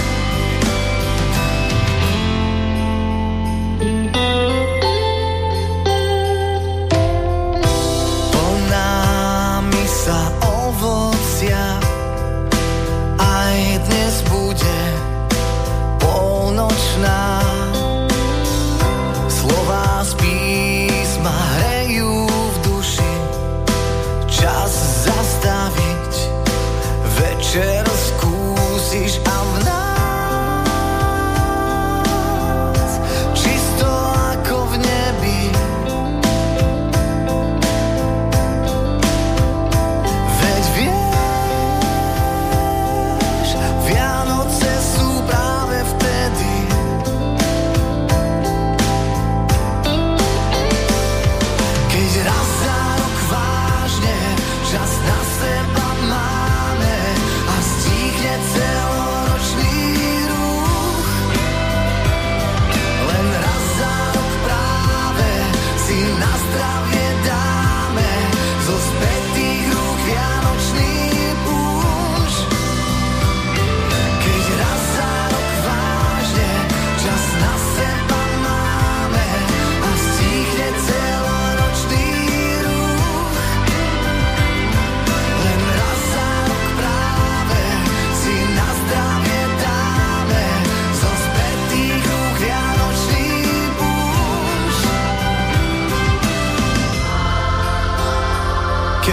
Plná misa ovocia aj dnes bude polnočná. Slová z písma hrejú v duši, čas zastaviť, večer skúsiš a v nás čisto ako v nebi. Veď vieš, Vianoce sú práve vtedy,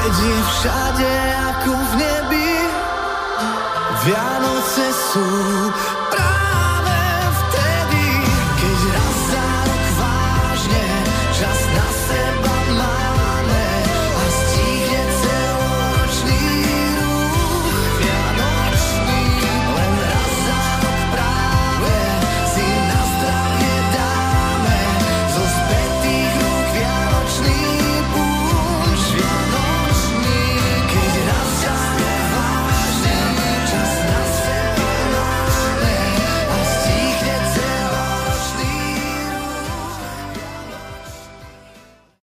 keď je všade ako v nebi. Vianoce sú pra